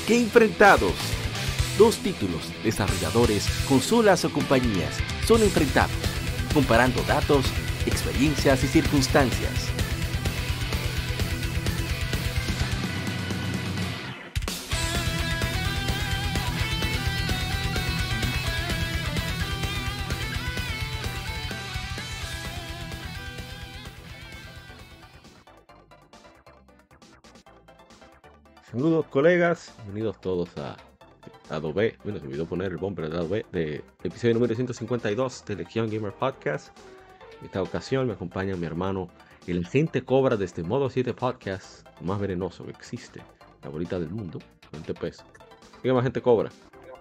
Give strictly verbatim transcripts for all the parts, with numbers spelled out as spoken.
¿Qué enfrentados? Dos títulos, desarrolladores, consolas o compañías son enfrentados, comparando datos, experiencias y circunstancias. Saludos colegas, bienvenidos todos a Lado B. Bueno, se olvidó poner el bumper de Lado B de episodio número ciento cincuenta y dos de Legion Gamer Podcast. En esta ocasión me acompaña mi hermano, el agente Cobra de este Modo siete Podcast, el más venenoso que existe, la bolita del mundo, veinte pesos. Dígame, agente Cobra.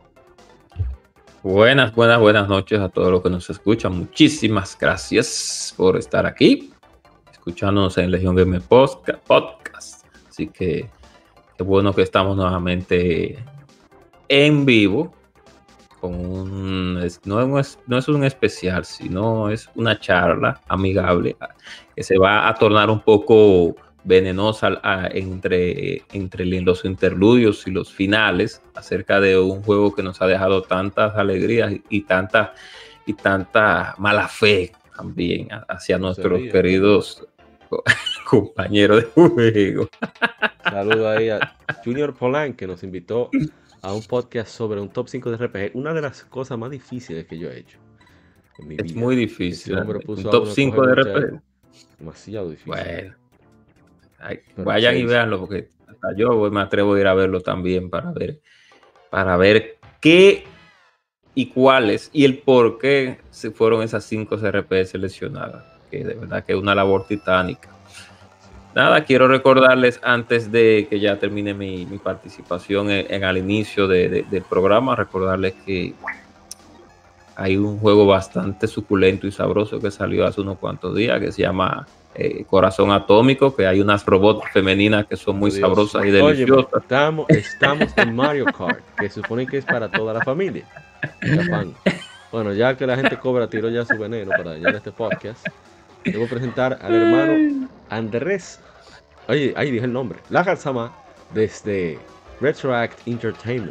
Buenas, buenas, buenas noches a todos los que nos escuchan. Muchísimas gracias por estar aquí, escuchándonos en Legion Gamer Podcast. Así que es bueno que estamos nuevamente en vivo con un, no, es, no es un especial, sino es una charla amigable que se va a tornar un poco venenosa a, entre, entre los interludios y los finales acerca de un juego que nos ha dejado tantas alegrías y, y tanta y tanta mala fe también hacia nuestros Sería, queridos compañeros de juego. Saludo ahí a Junior Polan, que nos invitó a un podcast sobre un top cinco de R P G. Una de las cosas más difíciles que yo he hecho en mi Es vida. muy difícil. Puso un top cinco de R P G. Demasiado difícil. Bueno, ay, Pero vayan seis. y véanlo, porque hasta yo me atrevo a ir a verlo también para ver, para ver qué y cuáles y el por qué se fueron esas cinco R P G seleccionadas. Que de verdad que es una labor titánica. Nada, quiero recordarles antes de que ya termine mi, mi participación en, en al inicio de, de, del programa, recordarles que hay un juego bastante suculento y sabroso que salió hace unos cuantos días que se llama eh, Corazón Atómico, que hay unas robots femeninas que son muy Dios. sabrosas y Oye, deliciosas. estamos, estamos en Mario Kart, que se supone que es para toda la familia. Japán. Bueno, ya que la gente Cobra tiró ya su veneno para dañar este podcast, debo presentar al hermano Andrés. Oye, ahí dije el nombre. Lajar Sama, desde Retroact Entertainment.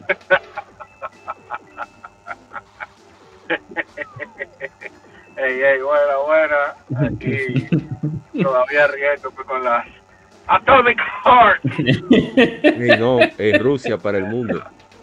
Ey, ey, buena, buena. Aquí todavía riéndome con las Atomic Heart. Y no, en Rusia para el mundo.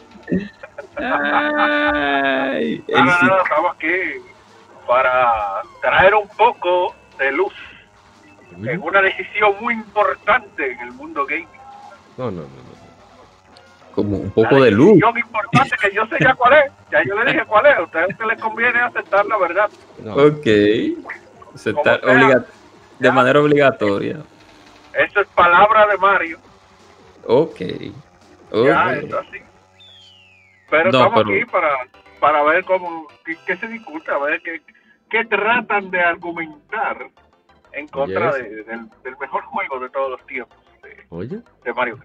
Ay, No, no, no, estamos aquí para traer un poco de luz en una decisión muy importante en el mundo gaming. No, no, no, no. como un poco de luz. La decisión importante que yo sé ya cuál es. Ya yo le dije cuál es. A ustedes usted les conviene aceptar la verdad. No. Ok. Aceptar Como sea, obliga- de ya. manera obligatoria. Eso es palabra de Mario. Ok. Ok. Ya, es así. Pero No, estamos pero- aquí para, para ver cómo, qué, qué se discute, a ver qué, qué tratan de argumentar en contra Oye, de- del, del mejor juego de todos los tiempos de, Oye. de Mario.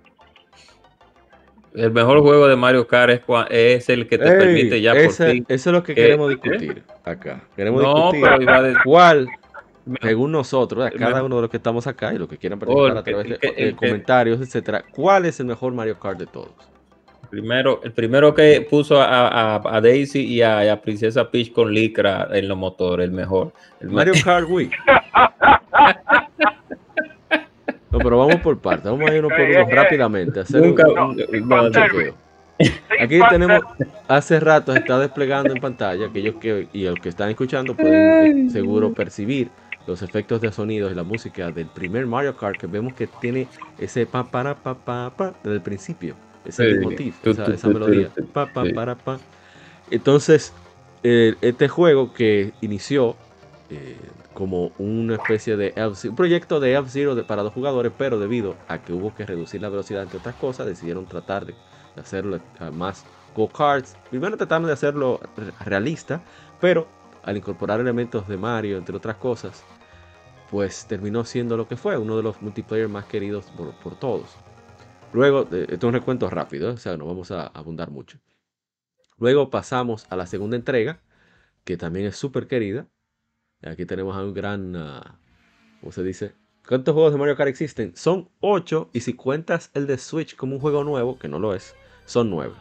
El mejor juego de Mario Kart es, cua- es el que te Ey, permite ya por ese- fin. Eso es lo que ¿Qué? queremos ¿Eh? discutir acá. Queremos No, discutir pero iba a decir- cuál, según nosotros, a cada Me- uno de los que estamos acá y los que quieran participar el a que- través de el que- eh, el que- comentarios, etcétera, ¿cuál es el mejor Mario Kart de todos? Primero, el primero que puso a, a- a Daisy y a, y a Princesa Peach con licra en los motores, el mejor. El Mario Kart Wii. No, pero vamos por partes, vamos a irnos por Ey, uno ey, ey. rápidamente. Hacer Nunca- un, No, un- sin un pantallas. chequeo. Sí, Aquí pa- tenemos, hace rato se está desplegando en pantalla, aquellos que, y los que están escuchando pueden eh, seguro percibir los efectos de sonido y la música del primer Mario Kart, que vemos que tiene ese pa para pa pa pa desde el principio, ese Sí. leitmotiv, Tu, esa, tu, esa tu, melodía, tu, tu. pa pa Sí. para pa. Entonces, eh, este juego que inició eh, como una especie de F- un proyecto de F-Zero de- para dos jugadores, pero debido a que hubo que reducir la velocidad entre otras cosas, decidieron tratar de de hacerlo eh, más go-karts. Primero trataron de hacerlo re- realista, pero al incorporar elementos de Mario, entre otras cosas, pues terminó siendo lo que fue, uno de los multiplayer más queridos por, por todos. Luego, eh, esto es un recuento rápido, ¿eh? O sea, no vamos a abundar mucho. Luego pasamos a la segunda entrega, que también es súper querida. Aquí tenemos a un gran, ah, ¿cómo se dice? ¿Cuántos juegos de Mario Kart existen? Son ocho, y si cuentas el de Switch como un juego nuevo, que no lo es, son nueve.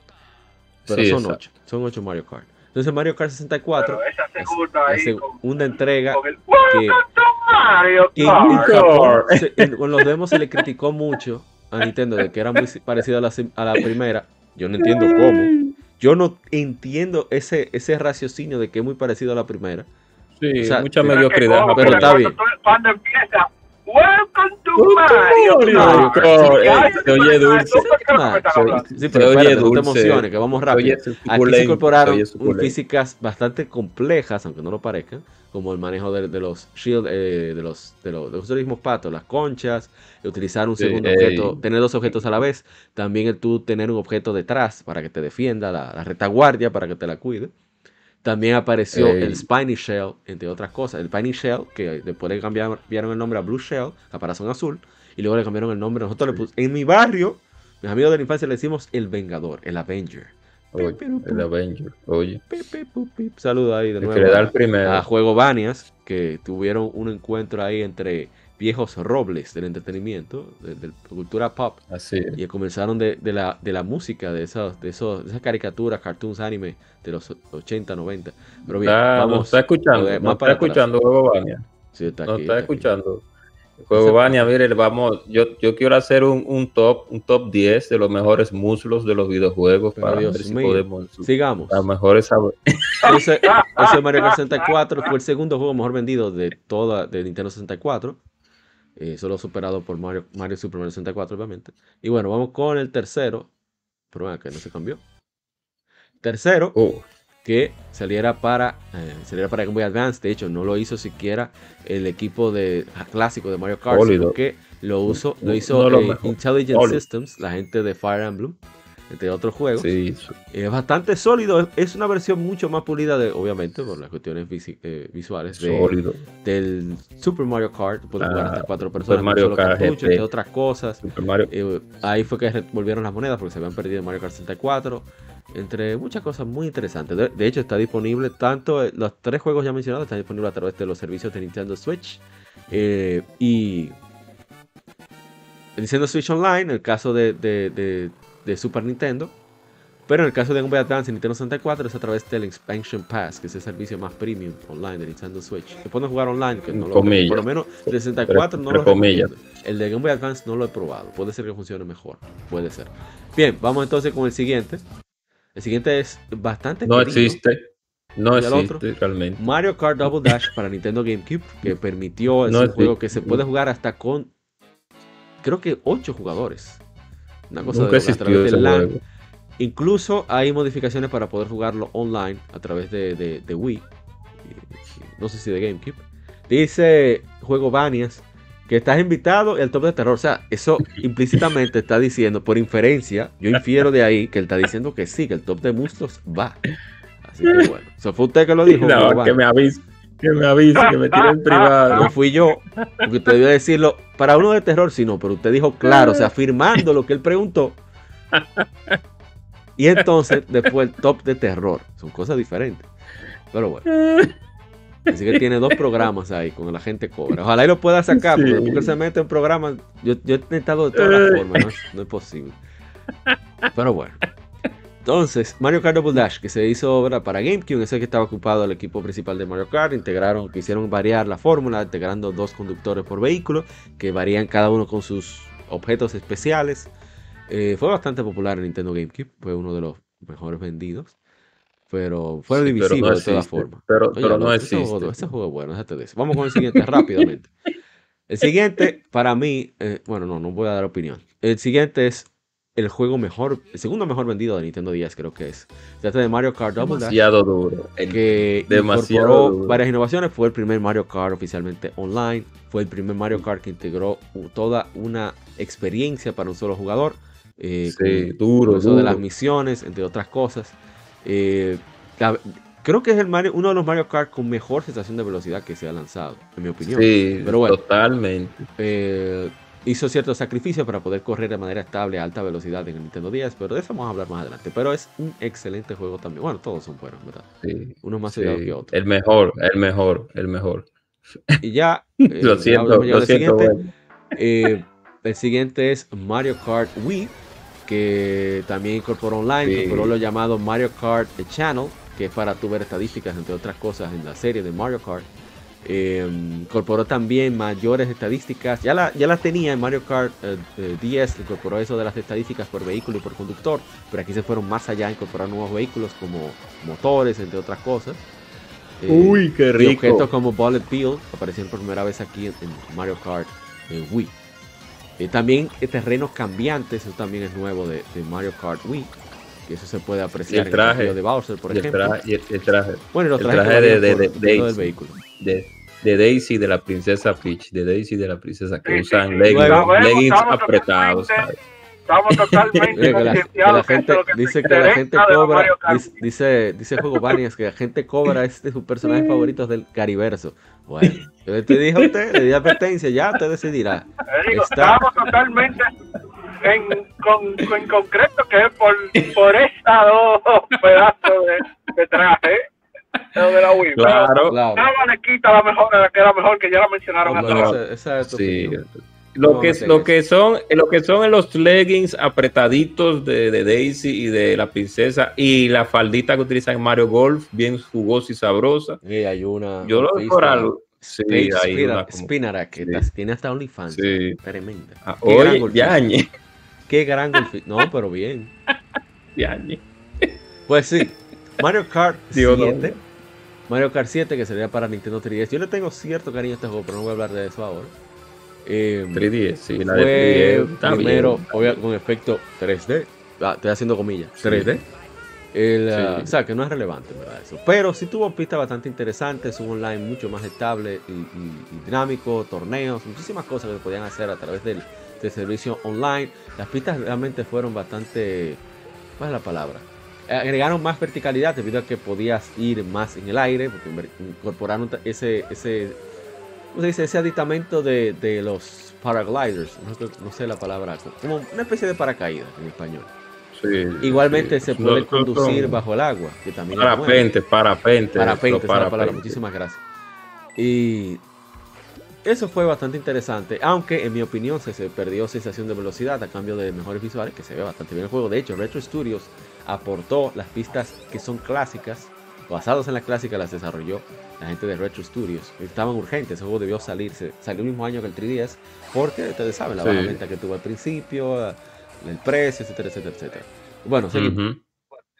Pero Sí, son exacto. ocho. Son ocho Mario Kart. Entonces Mario Kart sesenta y cuatro Pero esa es segunda la ahí segunda con- entrega con el que, Welcome to Mario que en, Kart. en Japón, se- en- con los demos se le criticó mucho a Nintendo de que era muy si- parecido a la, sim- a la primera. Yo no entiendo cómo. Yo no entiendo ese, ese raciocinio de que es muy parecido a la primera. Sí, O sea, mucha eh, Mira mediocridad. que cojo, pero mira, está cuando bien. tú- Cuando empieza, Welcome to Welcome Mario Mario Kart. Kart. Ya, Eh, yo se digo, oye ¿de dulce. qué es lo que me están Se oye- hablando? Sí, se pero oye espérate, no te dulce, emociones, que vamos se rápido. oye Aquí se suculento, incorporaron se oye un- suculento. físicas bastante complejas, aunque no lo parezcan, como el manejo de, de los shield, eh, de los de los, de los mismos patos, las conchas, utilizar un Sí, segundo ey. objeto, tener dos objetos a la vez, también el tú tener un objeto detrás para que te defienda, la, la retaguardia para que te la cuide. También apareció Ey. el Spiny Shell, entre otras cosas. El Spiny Shell, que después le cambiaron, cambiaron el nombre a Blue Shell, caparazón azul, y luego le cambiaron el nombre. Nosotros le pusimos, en mi barrio, mis amigos de la infancia le decimos el Vengador, el Avenger. Oye, el Avenger, oye. Saludos ahí de El que nuevo le da a, el primero. a Juego Banias, que tuvieron un encuentro ahí entre viejos robles del entretenimiento, de, de cultura pop, Así es. y comenzaron de, de, la, de la música, de, esos, de, esos, de esas caricaturas, cartoons, anime de los ochenta, noventa. Pero bien, Está- vamos. no está escuchando, joder, no más está para atrás. escuchando Juego Bania. Sí, está No aquí, está está aquí. escuchando. Juego Bania, mire, vamos, yo, yo quiero hacer un, un top, un top diez de los mejores muslos de los videojuegos Pero para Dios ver si mío. podemos Sigamos. las mejores sab- Entonces, ese Mario Kart sesenta y cuatro fue el segundo juego mejor vendido de toda de Nintendo sesenta y cuatro. Eh, solo superado por Mario, Mario Super Mario sesenta y cuatro, obviamente. Y bueno, vamos con el tercero. Pero bueno, que no se cambió. Tercero, Oh, que saliera para eh, saliera para Game Boy Advance. De hecho, no lo hizo siquiera el equipo de clásico de Mario Kart, Sólido. sino que lo, uso, lo Uno hizo de los eh, mejores. Intelligent Sólido. Systems, la gente de Fire Emblem, entre otros juegos. sí, sí. Es bastante sólido. Es, es una versión mucho más pulida, de, obviamente, por las cuestiones visi- eh, visuales de, Sólido. del Super Mario Kart. Puedes jugar Ah, hasta cuatro Super personas con Mario solo Kart cartucho, G T. entre otras cosas. Super Mario. Eh, ahí fue que volvieron las monedas porque se habían perdido en Mario Kart sesenta y cuatro. Entre muchas cosas muy interesantes. De, de hecho, está disponible tanto. eh, Los tres juegos ya mencionados están disponibles a través de los servicios de Nintendo Switch. eh, y Nintendo Switch Online, en el caso de, de, de, de Super Nintendo. Pero en el caso de Game Boy Advance y Nintendo sesenta y cuatro es a través del Expansion Pass, que es el servicio más premium online de Nintendo Switch. Se puede jugar online, que no lo, Comillas. por lo menos el sesenta y cuatro no Entre lo comillas. recomiendo. El de Game Boy Advance no lo he probado. Puede ser que funcione mejor. Puede ser. Bien, vamos entonces con el siguiente. El siguiente es bastante No querido. existe. No ¿Y el existe otro? realmente. Mario Kart Double Dash para Nintendo GameCube, que permitió, es No un existe. juego que se puede jugar hasta con, creo que ocho jugadores. Una cosa Nunca de loca, a través existió ese del LAN. juego. Incluso hay modificaciones para poder jugarlo online a través de, de, de Wii. No sé si de GameCube. Dice Juego Banias que estás invitado al top de terror. O sea, eso implícitamente está diciendo, por inferencia, yo infiero de ahí que él está diciendo que sí, que el top de muslos va. Así que bueno, eso fue usted que lo dijo. Juego No, que Banias. me avise. Que me avise, que me tire en privado. No fui yo, porque usted debió decirlo para uno de terror, sí, no, pero usted dijo claro, o sea, afirmando lo que él preguntó. Y entonces, después el top de terror. Son cosas diferentes. Pero bueno. Así que tiene dos programas ahí con la gente cobra. Ojalá y lo pueda sacar, Sí. porque después que él se mete en programas, yo, yo he intentado de todas las formas, no es, no es posible. Pero bueno. Entonces, Mario Kart Double Dash, que se hizo obra para GameCube, ese que estaba ocupado el equipo principal de Mario Kart, integraron, quisieron variar la fórmula, integrando dos conductores por vehículo, que varían cada uno con sus objetos especiales. Eh, fue bastante popular en Nintendo GameCube, fue uno de los mejores vendidos, pero fue Sí, pero divisivo no de todas existe. formas. Pero, Oye, pero no ese existe. juego, ese juego es bueno, déjate de eso. Vamos con el siguiente rápidamente. El siguiente, para mí, eh, bueno, no, no voy a dar opinión. El siguiente es el juego mejor, el segundo mejor vendido de Nintendo diez, creo que es. Se trata de Mario Kart Double Dash, Demasiado duro. El- que demasiado incorporó duro. varias innovaciones. Fue el primer Mario Kart oficialmente online. Fue el primer Mario Kart que integró u- toda una experiencia para un solo jugador. eh, Sí, con- duro, con eso de duro. las misiones, entre otras cosas. Eh, la- creo que es el Mario, uno de los Mario Kart con mejor sensación de velocidad que se ha lanzado, en mi opinión. Sí, Pero bueno. totalmente. Eh, hizo ciertos sacrificios para poder correr de manera estable a alta velocidad en el Nintendo diez, pero de eso vamos a hablar más adelante. Pero es un excelente juego también. Bueno, todos son buenos, ¿verdad? Sí, Unos más sí. cuidados que otros. El mejor, el mejor, el mejor. Y ya, eh, Lo ya siento, hablamos ya lo del siento. siguiente. bueno. Eh, el siguiente es Mario Kart Wii, que también incorporó online, Sí. incorporó lo llamado Mario Kart Channel, que es para tu ver estadísticas, entre otras cosas, en la serie de Mario Kart. Eh, incorporó también mayores estadísticas, ya, la, ya las tenía en Mario Kart eh, eh, D S, incorporó eso de las estadísticas por vehículo y por conductor, pero aquí se fueron más allá, incorporar nuevos vehículos como motores, entre otras cosas. Eh, Uy, qué Y rico. objetos como Bullet Bill aparecieron por primera vez aquí en, en Mario Kart eh, Wii. Eh, también eh, terrenos cambiantes, eso también es nuevo de, de Mario Kart Wii, que eso se puede apreciar Y el traje, en el castillo de Bowser, por Y el ejemplo. traje, y el, el traje, Bueno, y los el trajes traje que de, varían de, por de dependiendo del Daisy, vehículo. de, de Daisy de la princesa Peach, de Daisy de la princesa que Sí, usan sí, sí. leggings, Luego- leggings Estamos apretados, totalmente- ¿sabes? Estamos totalmente Oye, que la, que concienciados la que esto gente es lo que dice te que la gente interesa de los cobra, Mario Kart. dice, dice, dice Juego Banias que la gente cobra es de sus personajes favoritos del Cariverso. Bueno, yo te dije a usted, le di advertencia, ya usted decidirá. Le digo, Está- estamos totalmente en, con, con- en concreto que es por, por estos dos pedazos de, de traje lo de la Wii. Claro. Pero Claro. nada le quita la mejor, la que era mejor, que ya la mencionaron No, hace pero rato. esa, esa es tu Sí. opinión. Lo No, que, no sé lo eso. que son lo que son en los leggings apretaditos de, de Daisy y de la princesa y la faldita que utilizan en Mario Golf, bien jugosa y sabrosa. Y hay una. Yo lo una veo por pista, algo. Sí, Paige hay Spinner- una como- Spinner, que sí. está- tiene hasta OnlyFans. Sí. Tremenda. Ah, Qué gran oye, golfista. Yañe, Qué gran golfista. No, pero bien. Yañe. Pues sí, Mario Kart Dios, no. siete. Mario Kart siete, que sería para Nintendo tres D S. Yo le tengo cierto cariño a este juego, pero no voy a hablar de eso ahora. Eh, tres D S, sí, la de fue tres D S está primero, bien. obvia- con efecto tres D. Ah, estoy haciendo comillas. tres D. El, Sí. ah, o sea, que no es relevante, ¿verdad? Eso. Pero sí tuvo pistas bastante interesantes, un online mucho más estable y, y- y dinámico, torneos, muchísimas cosas que se podían hacer a través del, del servicio online. Las pistas realmente fueron bastante, ¿cuál es la palabra? Eh, Agregaron más verticalidad debido a que podías ir más en el aire, porque inver- incorporaron ta- ese, ese, ¿cómo se dice? Ese aditamento de, de los paragliders, no, sé- no sé la palabra, como una especie de paracaídas en español. Sí, Igualmente sí. se puede No, conducir son bajo el agua, que también es nuevo. Parapente, parapente. Parapente, los esa es la palabra. parapentes. Muchísimas gracias. Y eso fue bastante interesante, aunque en mi opinión se, se perdió sensación de velocidad a cambio de mejores visuales, que se ve bastante bien el juego. De hecho, Retro Studios aportó las pistas que son clásicas, basadas en las clásicas, las desarrolló la gente de Retro Studios. Estaban urgentes, ese juego debió salirse, salió el mismo año que el tres D S, porque ustedes saben la Sí. baja venta que tuvo al principio, el precio, etcétera, etcétera, etcétera. Bueno, seguimos. Ujú.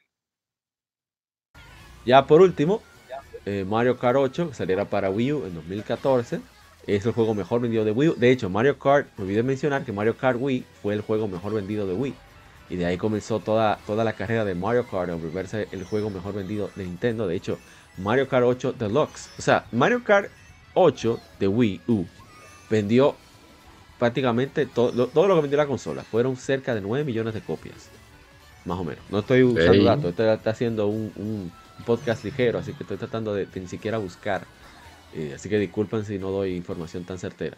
Ya por último, eh, Mario Kart ocho, que saliera para Wii U en dos mil catorce, es el juego mejor vendido de Wii U. De hecho, Mario Kart, me olvidé mencionar que Mario Kart Wii fue el juego mejor vendido de Wii. Y de ahí comenzó toda, toda la carrera de Mario Kart a volverse el juego mejor vendido de Nintendo. De hecho, Mario Kart ocho Deluxe, o sea, Mario Kart ocho de Wii U vendió prácticamente todo lo, todo lo que vendió la consola. Fueron cerca de nueve millones de copias. Más o menos. No estoy usando Ok. datos, estoy está haciendo un, un podcast ligero, así que estoy tratando de, de ni siquiera buscar. Eh, así que disculpen si no doy información tan certera.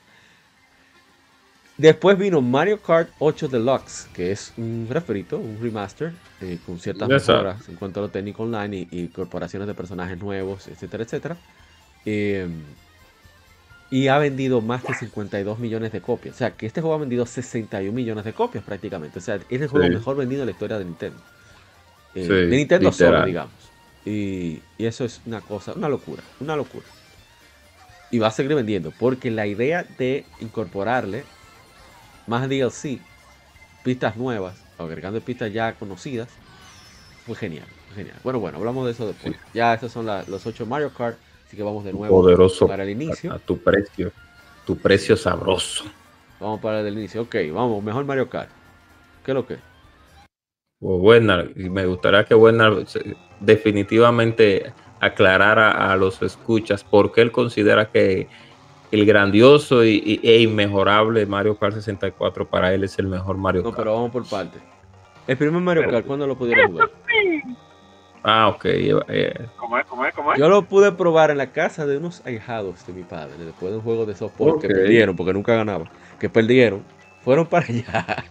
Después vino Mario Kart ocho Deluxe, que es un refrito, un remaster, eh, con ciertas Exacto. mejoras en cuanto a lo técnico online y, y incorporaciones de personajes nuevos, etcétera, etcétera. Eh, y ha vendido más de cincuenta y dos millones de copias. O sea, que este juego ha vendido sesenta y un millones de copias prácticamente. O sea, es el juego Sí. mejor vendido en la historia de Nintendo. Eh, Sí, de Nintendo solo, literal. digamos. Y, y eso es una cosa, una locura, una locura. Y va a seguir vendiendo, porque la idea de incorporarle más D L C, pistas nuevas, agregando pistas ya conocidas, fue genial, fue genial. Bueno, bueno, hablamos de eso después. Ya esos son la- los ocho Mario Kart, así que vamos de nuevo Poderoso para el inicio. a, a tu precio, tu precio sabroso. Vamos para el inicio. Ok, vamos, mejor Mario Kart. ¿Qué es lo que? O Werner, y me gustaría que Werner se- definitivamente aclarara a los escuchas por qué él considera que el grandioso y, y- e inmejorable Mario Kart sesenta y cuatro para él es el mejor Mario No, Kart. pero vamos por partes. El primer Mario Kart, ¿cuándo lo pudieron jugar? Ah, ok. eh, ¿Cómo es? ¿Cómo es? ¿Cómo es? Yo lo pude probar en la casa de unos ahijados de mi padre, después de un juego de softball que Ok. perdieron, porque nunca ganaban, que perdieron, fueron para allá.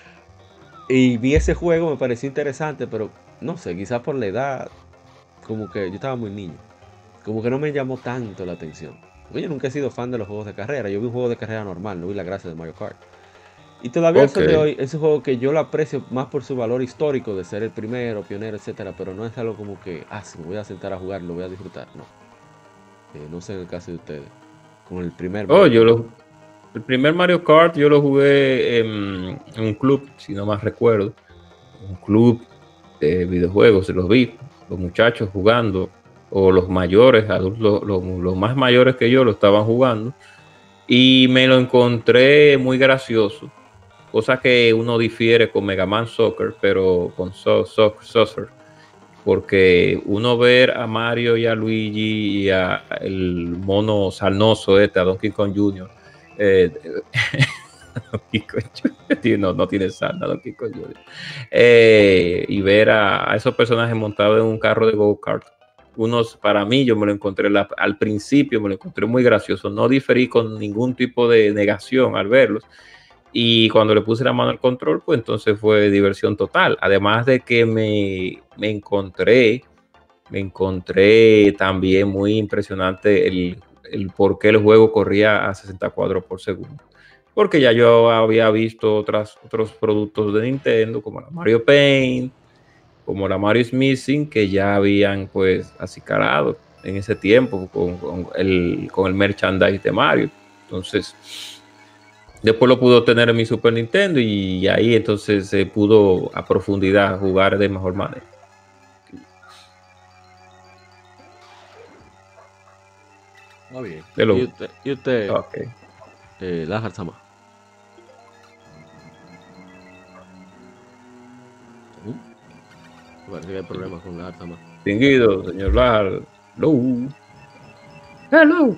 Y vi ese juego, me pareció interesante, pero no sé, quizás por la edad, como que yo estaba muy niño, como que no me llamó tanto la atención. Porque yo nunca he sido fan de los juegos de carrera, yo vi un juego de carrera normal, no vi la gracia de Mario Kart. Y todavía okay. de hoy es un juego que yo lo aprecio más por su valor histórico de ser el primero, pionero, etcétera, pero no es algo como que, ah, si me voy a sentar a jugar, lo voy a disfrutar, no. Eh, no sé en el caso de ustedes. Como el primer Oh, yo lo, el primer Mario Kart yo lo jugué en, en un club, si no más recuerdo. Un club de videojuegos, los vi, los muchachos jugando, o los mayores, adultos, los, los, los más mayores que yo lo estaban jugando. Y me lo encontré muy gracioso. Cosa que uno difiere con Mega Man Soccer, pero con so, so, Soccer, porque uno ver a Mario y a Luigi y a el mono sarnoso este, a Donkey Kong junior Eh, Donkey Kong junior no, no tiene sarna Donkey Kong junior Eh, y ver a, a esos personajes montados en un carro de go-kart. Unos, para mí, yo me lo encontré la, al principio, me lo encontré muy gracioso. No diferí con ningún tipo de negación al verlos. Y cuando le puse la mano al control, pues entonces fue diversión total. Además de que me, me encontré, me encontré también muy impresionante el, el por qué el juego corría a sesenta cuadros por segundo. Porque ya yo había visto otras, otros productos de Nintendo, como la Mario Paint, como la Mario is Missing, que ya habían pues acicalado en ese tiempo con, con, el, con el merchandise de Mario. Entonces... Después lo pudo tener en mi Super Nintendo y ahí entonces se pudo a profundidad jugar de mejor manera. Muy bien. Hello. ¿Y usted, y usted okay. eh, Lajar Sama? ¿Mm? Parece que hay problemas con Lajar Sama. Distinguido, señor Lajar. Hello. Hello.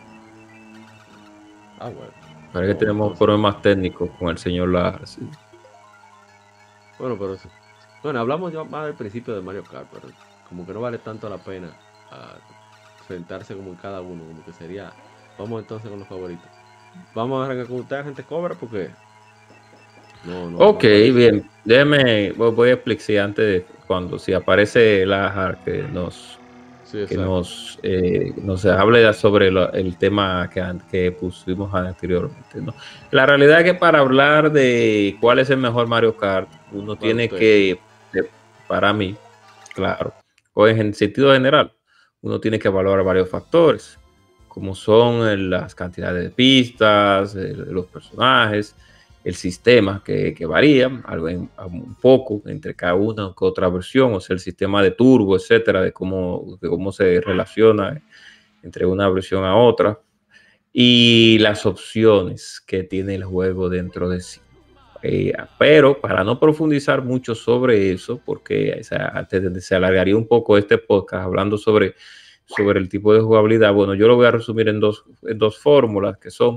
Ah, bueno. Parece que tenemos problemas técnicos con el señor Lajar. Sí. Bueno, pero sí. Bueno, hablamos ya más del principio de Mario Kart, pero como que no vale tanto la pena uh, sentarse como en cada uno, como que sería. Vamos entonces con los favoritos. Vamos a arrancar con usted, gente cobra, porque. No, no, ok, no bien. Déjeme, voy a explicar antes de cuando si aparece Lajar que nos. Sí, que nos, eh, nos hable sobre lo, el tema que, que pusimos anteriormente, ¿no? La realidad es que para hablar de cuál es el mejor Mario Kart, uno para tiene usted. que, para mí, claro, o en sentido general, uno tiene que evaluar varios factores, como son las cantidades de pistas, los personajes, el sistema que, que varía algo en, un poco entre cada una que otra versión, o sea, el sistema de turbo, etcétera, de cómo, de cómo se relaciona entre una versión a otra, y las opciones que tiene el juego dentro de sí. Eh, pero para no profundizar mucho sobre eso, porque o sea, se alargaría un poco este podcast hablando sobre, sobre el tipo de jugabilidad, bueno, yo lo voy a resumir en dos, en dos fórmulas, que son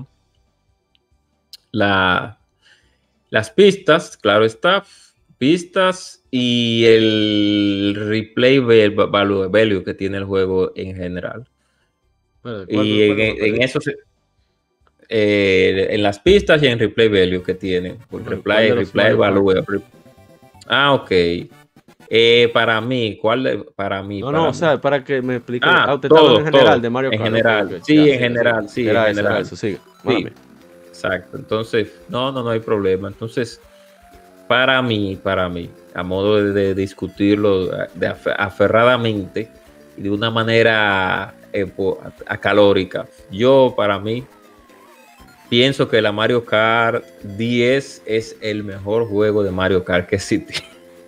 la... Las pistas, claro está, pistas y el replay value, value que tiene el juego en general. Bueno, y en, en eso, se, eh, en las pistas y en replay value que tiene. Bueno, replay, replay value. Ah, ok. Eh, para mí, ¿cuál? De, para mí. No, para no, mí. o sea, para que me explique. Ah, ah, todo, en general todo, de Mario Kart. En general, okay, ya, sí, en sí, general, sí, era en eso, general. Eso, sigue. Sí. Exacto, entonces, no, no, no hay problema. Entonces, para mí, para mí, a modo de, de discutirlo de aferradamente y de una manera eh, acalórica, yo, para mí, pienso que la Mario Kart diez es el mejor juego de Mario Kart que existe.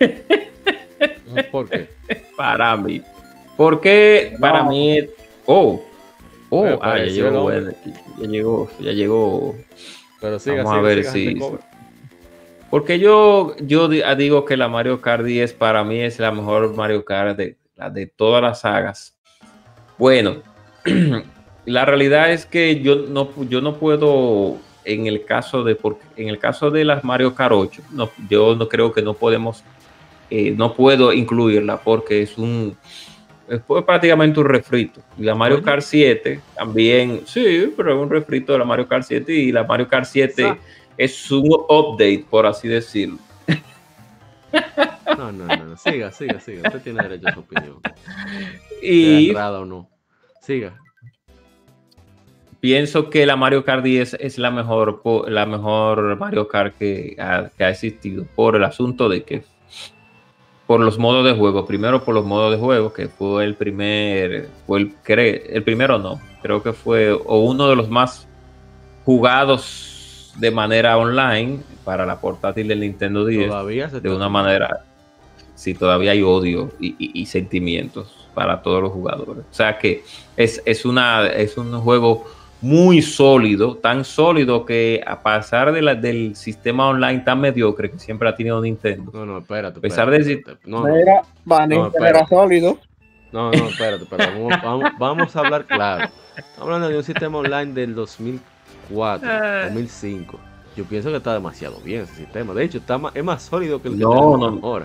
¿Por qué? Para mí. Porque no. Para mí, oh, oh, bueno, ah, ya llegó, bueno, ya llegó, ya llegó. Pero siga, vamos siga, a ver siga, si. Porque yo, yo digo que la Mario Kart diez para mí es la mejor Mario Kart de, de todas las sagas. Bueno, la realidad es que yo no, yo no puedo, en el caso de, porque en el caso de las Mario Kart ocho, no, yo no creo que no podemos, eh, no puedo incluirla porque es un, es prácticamente un refrito. Y la Mario Kart siete también, sí, pero es un refrito de la Mario Kart siete y la Mario Kart siete ah. es un update, por así decirlo. No, no, no, siga, siga, siga. Usted tiene derecho a su opinión. Y ¿Sea errada o no? Siga. pienso que la Mario Kart diez es la mejor, la mejor Mario Kart que ha, que ha existido por el asunto de que por los modos de juego, primero por los modos de juego, que fue el primer, fue el, cre, el primero no, creo que fue o uno de los más jugados de manera online para la portátil del Nintendo diez. Todavía se de una manera, sí, todavía hay odio y, y, y sentimientos para todos los jugadores. O sea que es, es, una, es un juego muy sólido, tan sólido que a pesar de la, del sistema online tan mediocre que siempre ha tenido Nintendo. No, no, espérate. A pesar espérate, de espérate, no, no, Era, Vanessa no, era sólido. No, no, espérate, espérate. Vamos, vamos, vamos a hablar claro. Estamos hablando de un sistema online del dos mil cuatro, dos mil cinco. Yo pienso que está demasiado bien ese sistema. De hecho, está más, es más sólido que el que no, tenemos no. ahora.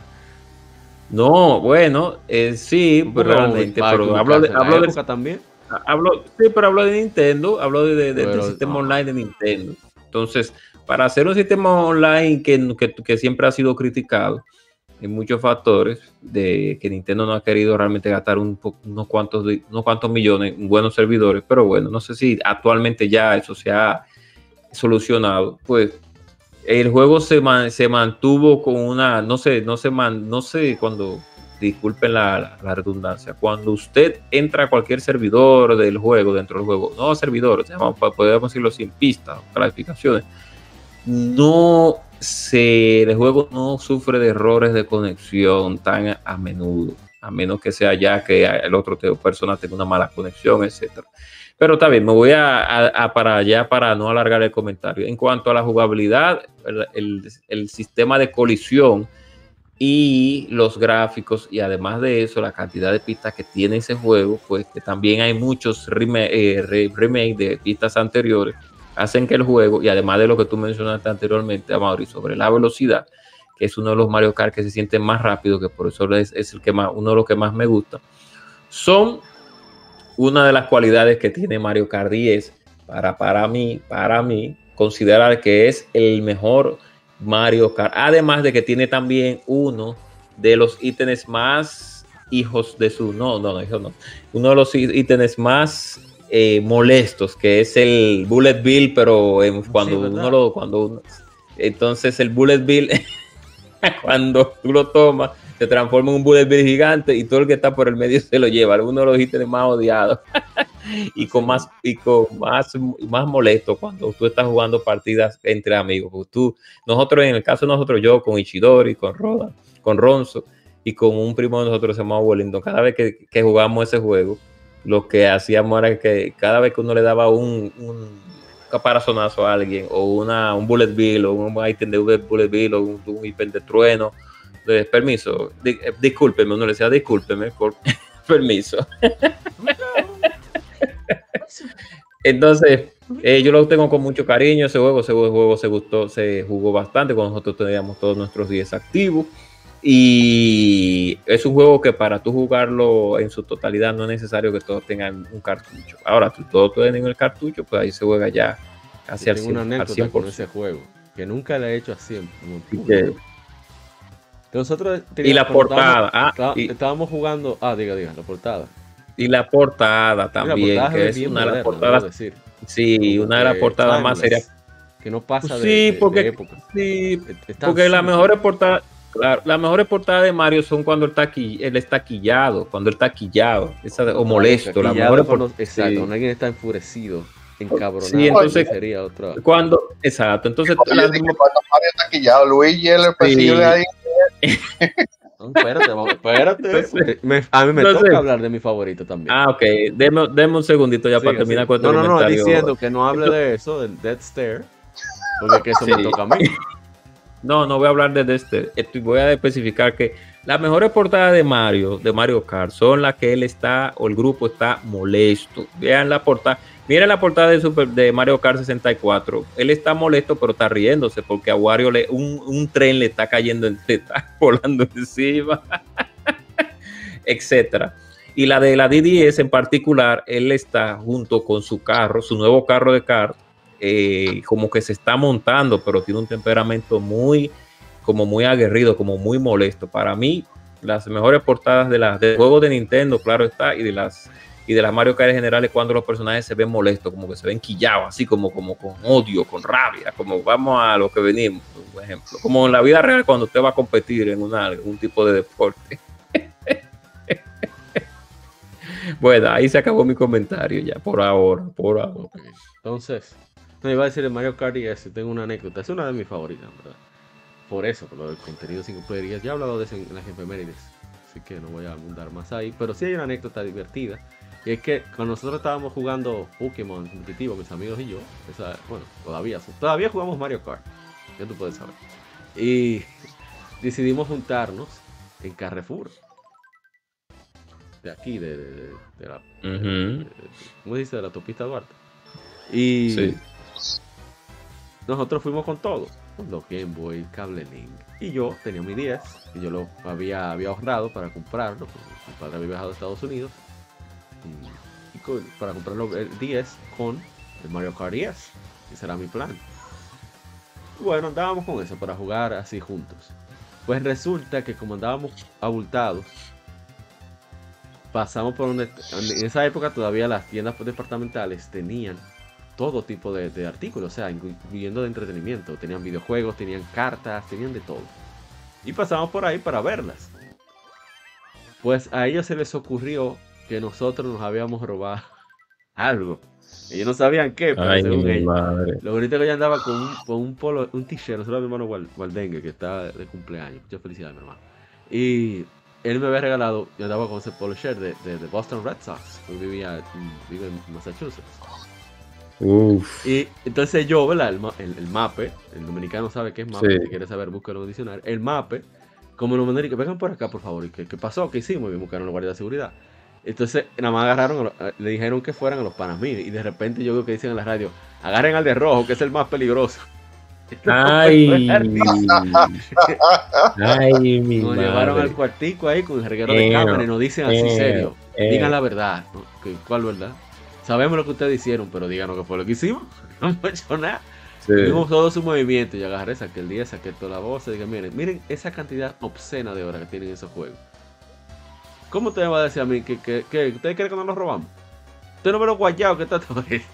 No, bueno, eh, sí, pero realmente, pero hablo de, hablo de también. Hablo, sí, pero hablo de Nintendo, hablo de, de, de, pero, del sistema no. online de Nintendo. Entonces, para hacer un sistema online que, que, que siempre ha sido criticado en muchos factores, de que Nintendo no ha querido realmente gastar un, unos, cuantos, unos cuantos millones en buenos servidores, pero bueno, no sé si actualmente ya eso se ha solucionado, pues el juego se, man, se mantuvo con una, no sé, no sé, man, no sé cuando... disculpen la, la redundancia, cuando usted entra a cualquier servidor del juego, dentro del juego, no servidor, podemos decirlo sin pistas, clasificaciones, no se, el juego no sufre de errores de conexión tan a menudo, a menos que sea ya que el otro persona tenga una mala conexión, etcétera. Pero está bien, me voy a, a, a para allá para no alargar el comentario. En cuanto a la jugabilidad, el, el, el sistema de colisión y los gráficos, y además de eso la cantidad de pistas que tiene ese juego, pues que también hay muchos remake, eh, remake de pistas anteriores, hacen que el juego, y además de lo que tú mencionaste anteriormente, Amaury, sobre la velocidad, que es uno de los Mario Kart que se siente más rápido, que por eso es, es el que más, uno de los que más me gusta, son una de las cualidades que tiene Mario Kart diez para, para mí, para mí, considerar que es el mejor Mario Kart, además de que tiene también uno de los ítems más hijos de su, no, no, no, hijo no, uno de los ítems más eh, molestos, que es el Bullet Bill, pero en, cuando sí, uno lo, cuando uno, entonces el Bullet Bill, cuando tú lo tomas, se transforma en un Bullet Bill gigante y todo el que está por el medio se lo lleva, uno de los ítems más odiados. y con más y con más más molesto cuando tú estás jugando partidas entre amigos. Porque tú, nosotros en el caso de nosotros, yo con Ichidori, con Roda, con Ronzo y con un primo de nosotros se llamaba Wellington, cada vez que, que jugamos ese juego, lo que hacíamos era que cada vez que uno le daba un, un caparazonazo a alguien o una, un Bullet Bill o un ítem de Bullet Bill o un, un ítem de trueno, de permiso, di, discúlpeme, uno le decía discúlpeme por permiso. Entonces, eh, yo lo tengo con mucho cariño ese juego, ese juego se gustó, se jugó bastante cuando nosotros teníamos todos nuestros diez activos y es un juego que para tú jugarlo en su totalidad no es necesario que todos tengan un cartucho. Ahora, si todos tienen el cartucho, pues ahí se juega ya casi al cien por ciento. Tengo una anécdota con ese juego, que nunca le he hecho así. Que, nosotros y la portada. Estábamos, ah, y, estábamos jugando, ah, diga, diga, la portada. Y la portada también, la que es una de las portadas, decir. Sí, una de las portadas más serias. Que no pasa de, sí, de, porque, de época. Sí, porque las mejores portadas, claro, las mejores portadas de Mario son cuando él está, él está quillado, cuando él está quillado, esa, o molesto. La mejor cuando, exacto, sí. Cuando alguien está enfurecido, encabronado, sí, entonces, sería otra. Cuando, exacto, entonces. Oye, la, cuando Mario está quillado, Luigi, él es persigue ahí. No, espérate, espérate. Entonces, me, a mí me entonces, toca hablar de mi favorito también. Ah, ok. Deme, deme un segundito ya sí, para terminar sí. con este No, no, no, comentario. diciendo que no hable de eso, del Death Stare, porque que eso sí. me toca a mí. No, no voy a hablar de Death Stare. Voy a especificar que las mejores portadas de Mario, de Mario Kart, son las que él está, o el grupo está molesto. Vean la portada. Miren la portada de, Super, de Mario Kart sesenta y cuatro. Él está molesto, pero está riéndose porque a Wario le, un, un tren le está cayendo, le está volando encima, etcétera. Y la de la D D S en particular, él está junto con su carro, su nuevo carro de kart, eh, como que se está montando, pero tiene un temperamento muy, como muy aguerrido, como muy molesto. Para mí, las mejores portadas de las de juegos de Nintendo, claro está, y de las y de las Mario Kart en general es cuando los personajes se ven molestos, como que se ven quillados, así como, como con odio, con rabia, como vamos a lo que venimos, por ejemplo. Como en la vida real cuando usted va a competir en una, un tipo de deporte. Bueno, ahí se acabó mi comentario ya, por ahora, por ahora. Okay. Entonces, no iba a decir el Mario Kart y ese, tengo una anécdota, es una de mis favoritas, ¿verdad? Por eso, por lo del contenido single player, ya he hablado de eso en las efemérides, así que no voy a abundar más ahí, pero sí hay una anécdota divertida, y es que cuando nosotros estábamos jugando Pokémon competitivo, mis amigos y yo, esa, bueno, todavía, todavía jugamos Mario Kart, ya tú puedes saber, y decidimos juntarnos en Carrefour, de aquí, de, de, de, de la, uh-huh. de, de, ¿cómo se dice? De la autopista Duarte. Y sí. nosotros fuimos con todo, con los Game Boy, Cable Link. Y yo tenía mi diez, y yo lo había, había ahorrado para comprarlo, porque mi padre había viajado a Estados Unidos, y, y con, para comprarlo el diez con el Mario Kart diez. Ese era mi plan. Bueno, andábamos con eso para jugar así juntos. Pues resulta que como andábamos abultados, pasamos por donde, en esa época todavía las tiendas departamentales tenían todo tipo de, de artículos, o sea, incluyendo de entretenimiento. Tenían videojuegos, tenían cartas, tenían de todo. Y pasamos por ahí para verlas. Pues a ellos se les ocurrió que nosotros nos habíamos robado algo. Ellos no sabían qué, pero ay, según mi ellos. Madre. Lo bonito que yo andaba con un, con un polo, un t-shirt, nosotros mi hermano Waldengue, que está de cumpleaños. Muchas felicidades, mi hermano. Y él me había regalado, yo andaba con ese polo shirt de, de, de Boston Red Sox. Yo vivía vive en Massachusetts. Uf. Y entonces yo, ¿verdad? El, el, el mape, el dominicano sabe qué es mape, sí. Si quiere saber, búscalo en el diccionario. El mape, como los mandaron, que vengan por acá, por favor. ¿Y qué, qué pasó? ¿Qué hicimos? Y buscaron a los guardias de seguridad. Entonces, nada más agarraron, le dijeron que fueran a los panas míos. Y de repente yo veo que dicen en la radio, agarren al de rojo, que es el más peligroso. Ay, ay, mi Nos madre. llevaron al cuartico ahí con el reguero de cámara y nos dicen así eh, serio. Eh. Digan la verdad. ¿No? ¿Cuál verdad? Sabemos lo que ustedes hicieron, pero díganos qué fue lo que hicimos. No hemos hecho nada. Sí. Vimos todo su movimiento. Y agarré, saqué el día, saqué toda la voz. Y dije, miren, miren esa cantidad obscena de horas que tienen esos juegos. ¿Cómo usted me va a decir a mí que, que, que ustedes creen que nos lo robamos? Usted no ve lo guayado que está todo eso.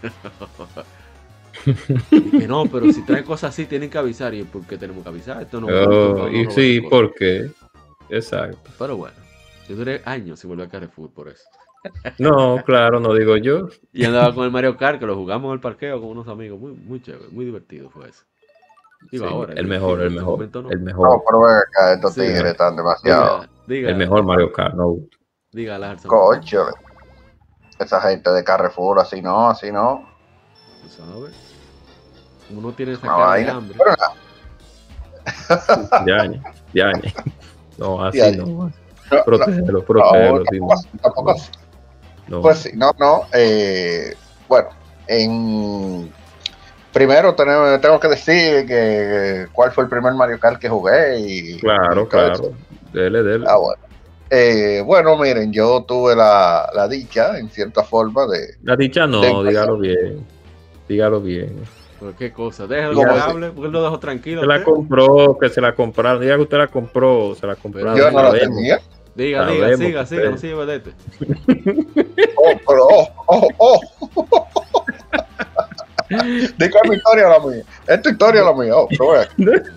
Y que no, pero si traen cosas así tienen que avisar. ¿Y por qué tenemos que avisar? Esto no, oh, no, no y sí, ¿por qué? Exacto. Pero bueno, yo duré años sin volver a Carrefour por eso. No, claro, no digo yo. Y andaba con el Mario Kart, que lo jugamos en el parqueo con unos amigos. Muy, muy chévere, muy divertido fue eso. Digo, sí, ahora, el, mejor, el mejor, momento, no. el mejor. No, pero ven acá, estos Sí, tigres están demasiado. Diga, diga, el mejor Mario Kart, no. Diga, Larson. Cocho, esa gente de Carrefour, así no, así no. ¿Tú sabes? Uno tiene esa No, cara ahí de no. hambre. Ya, ya. No, así Ya, no. No, Protégelo, no, protégelo. no, sí, tampoco así, tampoco así. no. Pues sí, no, no. Eh, bueno, en primero tenemos, tengo que decir que cuál fue el primer Mario Kart que jugué y Claro, y claro. eso. Dele, dele. Ah, bueno. Eh, bueno, miren, yo tuve la, la dicha, en cierta forma, de... La dicha no, de dígalo bien. Dígalo bien. ¿Pero qué cosa? Déjalo ¿Cómo que así? hable, porque él lo dejó tranquilo. Se la usted. compró, que se la compraron. Diga que usted la compró, se la compraron. Yo no la sabemos. tenía. Diga, diga, Sabemos siga, que siga, usted- no se lleve de este. Oh, pero, oh, oh, oh. ¿De qué es mi historia la mía? Es tu historia la mía. Oh, pero vea.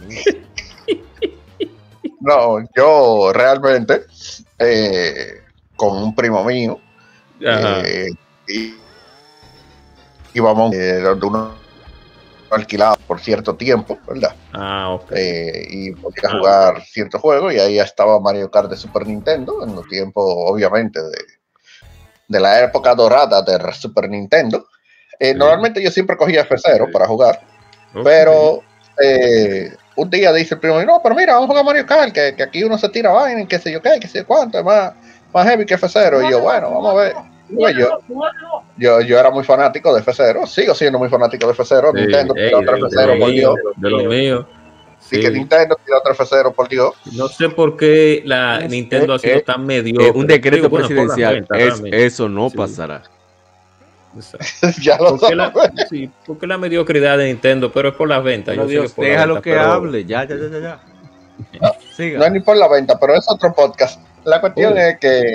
No, yo realmente, eh, con un primo mío, Ajá. eh, y, íbamos eh, donde uno alquilaba por cierto tiempo, ¿verdad? Ah, ok. Eh, y podía jugar ciertos juegos, y ahí ya estaba Mario Kart de Super Nintendo, en los tiempos, obviamente, de, de la época dorada de Super Nintendo. Eh, Sí. Normalmente yo siempre cogía F cero Sí. para jugar, Ok. pero eh, un día dice el primo, no, pero mira, vamos a jugar Mario Kart, que, que aquí uno se tira vaina, y qué sé yo qué, qué sé yo cuánto, es más, más heavy que F cero. Y yo, bueno, vamos a ver. Pues yo, yo, yo era muy fanático de F cero, sigo siendo muy fanático de F cero, Sí, Nintendo ey, tira otro de, F de cero lo por mío, Dios. de lo mío. Así Sí. que Nintendo tira otro F cero por Dios. No sé por qué la Es- Nintendo ha es- sido es- tan mediocre. Eh, un decreto Digo, bueno, por las presidencial. ventas, Es- realmente. eso no Sí. pasará. Exacto. Ya lo ¿Por qué la, sabes. sí, ¿por qué la mediocridad de Nintendo? Pero es por las ventas. Pero yo sé que Dios, es por las déjalo ventas, que pero- hable. Ya, ya, ya, ya, ya. Siga. No es ni por la venta, pero es otro podcast. La cuestión Oh. es que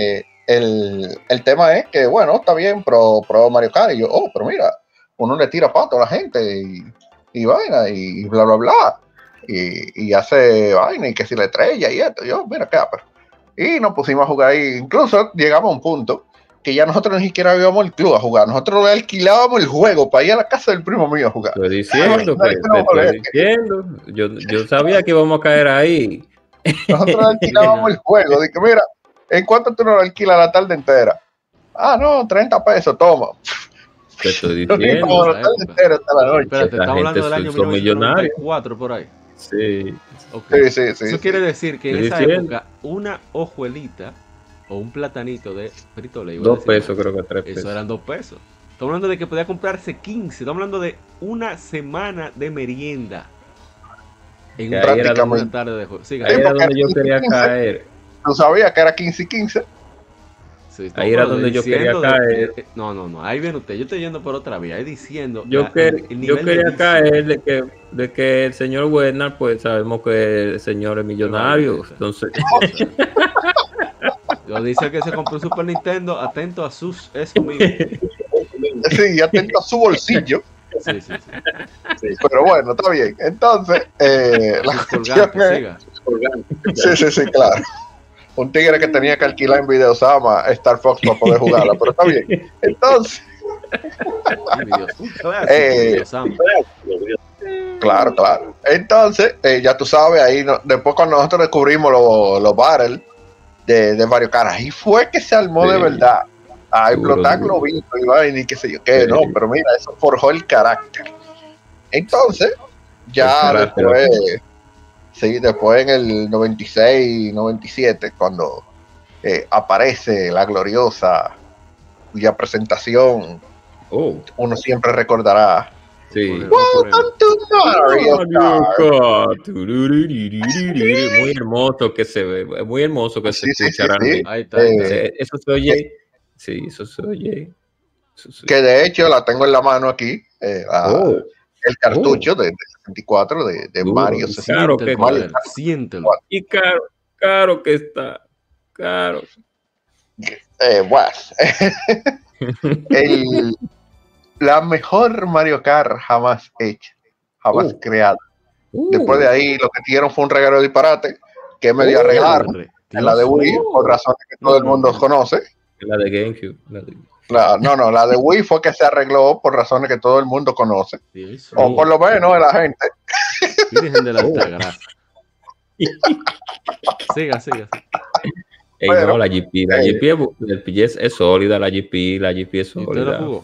el, el tema es que, bueno, está bien, pro, pro Mario Kart. Y yo, oh, pero mira, uno le tira pato a la gente y, y vaina y bla, bla, bla. Y, y hace vaina y que si la estrella y esto. Yo, mira, qué pero. Y nos pusimos a jugar ahí. Incluso llegamos a un punto que ya nosotros ni siquiera íbamos al club a jugar. Nosotros le alquilábamos el juego para ir a la casa del primo mío a jugar. Estoy diciendo, que, te estoy diciendo. Yo, yo sabía que íbamos a caer ahí. Nosotros le alquilábamos el juego. Dije, mira, ¿en cuánto tú nos lo alquilas la tarde entera? Ah, no, treinta pesos, toma. Te estoy diciendo. Como la tarde entera hasta la noche. Espérate, estamos hablando del año mil novecientos noventa y cuatro por ahí. Sí. Okay. Sí, sí, sí. Eso sí. quiere decir que en Estoy esa diciendo. época una hojuelita o un platanito de frito le iba a Dos decir, pesos, creo que tres eso pesos. eran dos pesos. Estamos hablando de que podía comprarse quince. Estamos hablando de una semana de merienda. En Que una, ahí era una donde- tarde de juego. Siga. Ahí era porque donde yo quería quince. caer. Tú sabías que era quince y quince. Sí, estamos Ahí era hablando donde yo diciendo quería de- caer. eh, no, no, no. Ahí viene usted. Yo estoy yendo por otra vía. Ahí diciendo. Yo, la- que, el- el yo nivel de quería vicio. caer de que, de que el señor Werner, pues sabemos que el señor es millonario. Entonces, Lo dice que se compró un Super Nintendo. Atento a sus. Eso mismo. Sí, atento a su bolsillo. Sí, sí, sí. Sí, pero bueno, está bien. Entonces, eh, la Sus cuestión colgantes, es... siga. Sí, sí, sí, claro. Un tigre que tenía que alquilar en Videosama Star Fox para poder jugarla, pero está bien. Entonces, Ay, mi Dios, un clásico, Eh, Dios santo. claro, claro. Entonces, eh, ya tú sabes, ahí no- después cuando nosotros descubrimos los los battles de, de Mario Kart, ahí fue que se armó Sí. de verdad. A Duro, explotar duro. globitos y vaina y qué sé yo qué, Sí. no, pero mira, eso forjó el carácter. Entonces, ya El carácter. después, sí, después en el noventa y seis, noventa y siete, cuando eh, aparece la gloriosa, cuya presentación oh, uno siempre recordará. sí. Welcome to Mario Kart. Muy hermoso que se ve, es muy hermoso que Sí, se sí, escucha. sí, sí. realmente. Ahí está, ahí está. Eh, Eh, Eso se oye. Sí, eso se oye. Eso se- Que de hecho la tengo en la mano aquí, eh, la- Oh, el cartucho de, de sesenta y cuatro de, de Duro, Mario y sesenta. claro Siente el que- poder, siéntelo. y caro, caro que está. Caro. Eh, bueno, el- la mejor Mario Kart jamás hecha, jamás Uh. creada. Uh, Después de ahí lo que tiraron fue un regalo de disparate que medio Oh. arreglaron Dios en la de Wii, mío. por razones que todo No, el no, mundo no. conoce. la de GameCube. La de... La- no, no, la de Wii fue que se arregló por razones que todo el mundo conoce. Dios O mío. por lo menos la gente. Virgen de la Oh. Altagracia. Siga, siga, siga. Ey, Pero, no, la G P, la eh, G P es, el P G es, es sólida, la G P, la G P es ¿Y usted la sólida. jugó?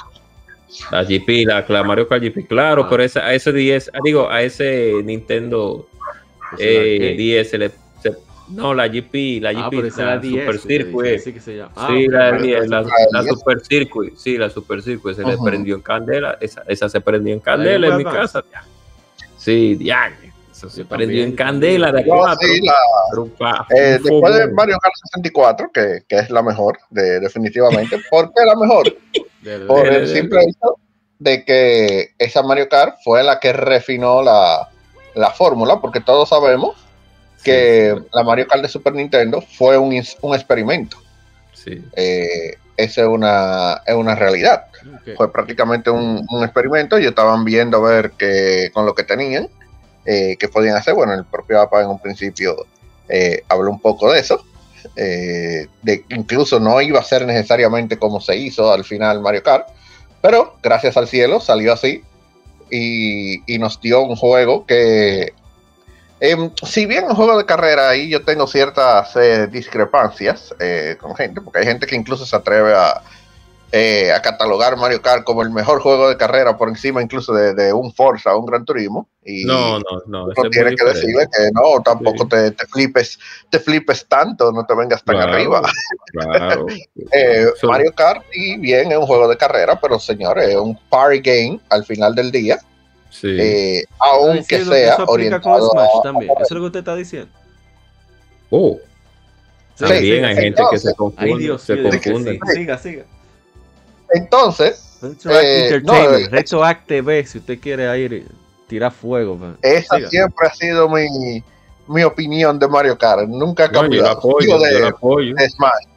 La G P, la, la Mario Kart G P, claro, Ah. pero esa, a ese diez, ah, digo, a ese Nintendo Pues eh, la- ¿qué? diez, se le, se- no, la G P, la G Ah, P, pero esa es la diez. Super usted dice, Circuit. así que se llama. Ah, Sí, ok, la, vale, diez, la, vale. la diez. Super Circuit, sí, la Super Circuit, se le Ujú. prendió en candela, esa, esa se prendió en ¿La candela de en mi Game Boy casa. Sí, diañe, eso se Yo prendió también, en candela de también. No, cuatro. sí, la- pero un pa- eh, un después de fogón. Mario Kart sesenta y cuatro, que, que es la mejor, de, definitivamente. ¿Por qué la mejor? De- de- Por de- el de- simple hecho de que esa Mario Kart fue la que refinó la, la fórmula, porque todos sabemos que Sí, sí, la Mario Kart de Super Nintendo fue un, ins- un experimento. sí. Eh, esa es una, es una realidad. ok. Fue prácticamente un, un experimento. Ellos estaban viendo a ver que con lo que tenían, eh, qué podían hacer. Bueno, el propio A P A en un principio eh, habló un poco de eso. eh, de incluso no iba a ser necesariamente como se hizo al final Mario Kart, pero gracias al cielo salió así y, y nos dio un juego que, eh, si bien un juego de carrera ahí yo tengo ciertas eh, discrepancias eh, con gente, porque hay gente que incluso se atreve a, eh, a catalogar Mario Kart como el mejor juego de carrera por encima incluso de, de un Forza o un Gran Turismo, y No, no, no. ese uno es tiene muy que diferente. decirle que no, tampoco Sí. te, te flipes, te flipes tanto, no te vengas tan Claro, arriba. Claro. Eh, So- Mario Kart, y bien, es un juego de carrera, pero señores, es un party game al final del día, sí. eh, Está aunque diciendo que sea eso aplica con orientado Smash a- también. Eso es lo que usted está diciendo. Oh, Sí, también siga, hay siga. gente que se entonces- confunde. Ay, Dios se mío, que confunde. sí. Siga, siga. Entonces, Retroact Eh, Entertainment, no, eh, Retroact T V, si usted quiere ir tirar fuego. man. esa Siga. siempre ha sido mi, mi opinión de Mario Kart, nunca ha No, yo lo cambiado. apoyo, Digo, de, yo lo apoyo. de Smash.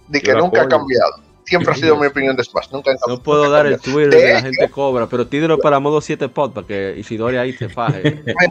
de que Yo la nunca ha apoyo. cambiado. Siempre ha sido mi opinión de Smash. Nunca, No nunca puedo ha dar el cambiado. Twitter De que la hecho- gente cobra, pero tídelo para modo siete pod para que Ishidori ahí te faje.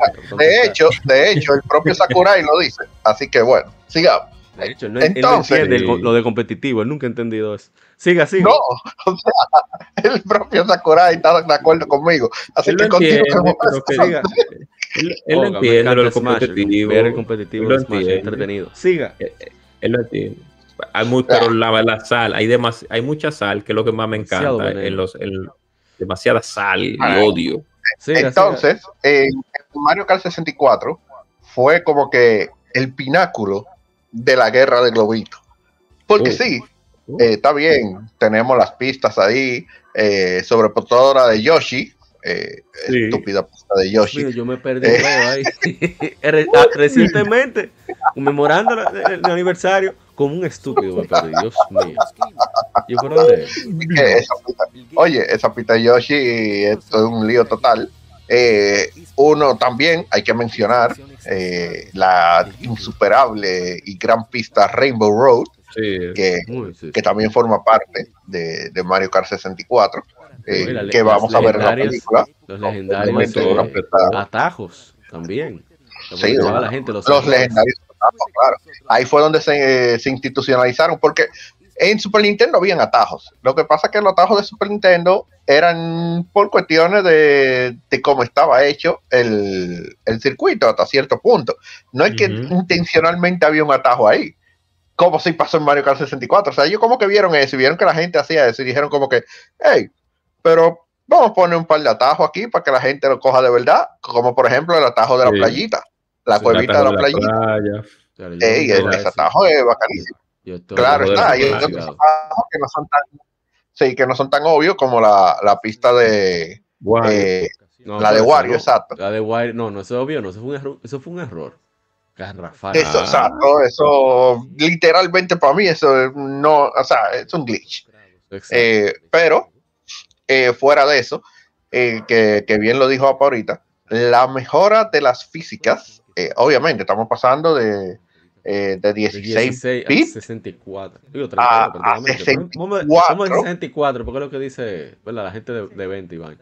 De hecho, de hecho, el propio Sakurai lo dice. Así que bueno, sigamos. De hecho, no, él no Entonces- entiende el- lo de competitivo, él nunca ha entendido eso. Siga, siga. No, o sea, el propio Sakurai está de acuerdo conmigo. Así Él que lo entiende, continúe. pero que Siga. él, él lo Oiga, me entiende, encanta lo del Smash, competitivo. ver el competitivo él lo de Smash es entiende. entretenido. Siga. Él lo entiende. Hay muy, pero la, la sal, hay demas, hay mucha sal, que es lo que más me Demasiado encanta. veneno. En los, en- demasiada sal y Ah. odio. Siga, Entonces, en Mario Kart sesenta y cuatro fue como que el pináculo de la guerra de globito. Porque Oh. sí, Oh. eh, está bien, tenemos las pistas ahí, eh, sobre todo la de Yoshi, eh, Sí. estúpida pista de Dios Yoshi. mío, yo me perdí un peo ahí. Re- ah, Recientemente, conmemorando la- el, el aniversario, como un estúpido me perdí. Dios mío. ¿Yo por dónde? Que esa pista- oye, esa pista de Yoshi, esto es un lío total. Eh, uno también, hay que mencionar eh, la insuperable y gran pista Rainbow Road, Sí. que Uy, sí, que sí. también forma parte de, de Mario Kart sesenta y cuatro, eh, Oye, la- que las vamos a ver en la legendarias- película. Los legendarios Obviamente, eh, una apretada. atajos también. Lo Sí, mencionaba los- la gente, los, Los errores. legendarios, claro. Ahí fue donde se, eh, se institucionalizaron, porque en Super Nintendo habían atajos. Lo que pasa es que los atajos de Super Nintendo eran por cuestiones de, de cómo estaba hecho el, el circuito hasta cierto punto. No es que Ujú. intencionalmente había un atajo ahí, como si pasó en Mario Kart sesenta y cuatro. O sea, ellos como que vieron eso y vieron que la gente hacía eso y dijeron como que, hey, pero vamos a poner un par de atajos aquí para que la gente lo coja de verdad, como por ejemplo el atajo de la Sí. playita, la Sí, cuevita de la playita. playa. O sea, yo Ey, no ese voy a decir- atajo es bacanísimo. yo estoy- Claro Atajo de está, la hay playa. otros atajos que no son tan, sí, que no son tan obvios como la, la pista de Guay. eh, No, la de pero esa Wario, no. exacto. La de Wario, no, no, eso es obvio, no, eso fue un error. Eso fue un error. Garrafal. Eso, Ah. exacto, eso literalmente para mí eso es no, o sea, es un glitch. Exacto. Eh, pero eh, fuera de eso, eh, que, que bien lo dijo Apa ahorita, la mejora de las físicas, eh, obviamente estamos pasando de, eh, de De dieciséis dieciséis a bits sesenta y cuatro. Digo, treinta y a- uno prácticamente. a Pero sesenta y Vamos, cuatro. vamos a decir sesenta y cuatro, porque es lo que dice, ¿verdad? La gente de, de veinte, Iván.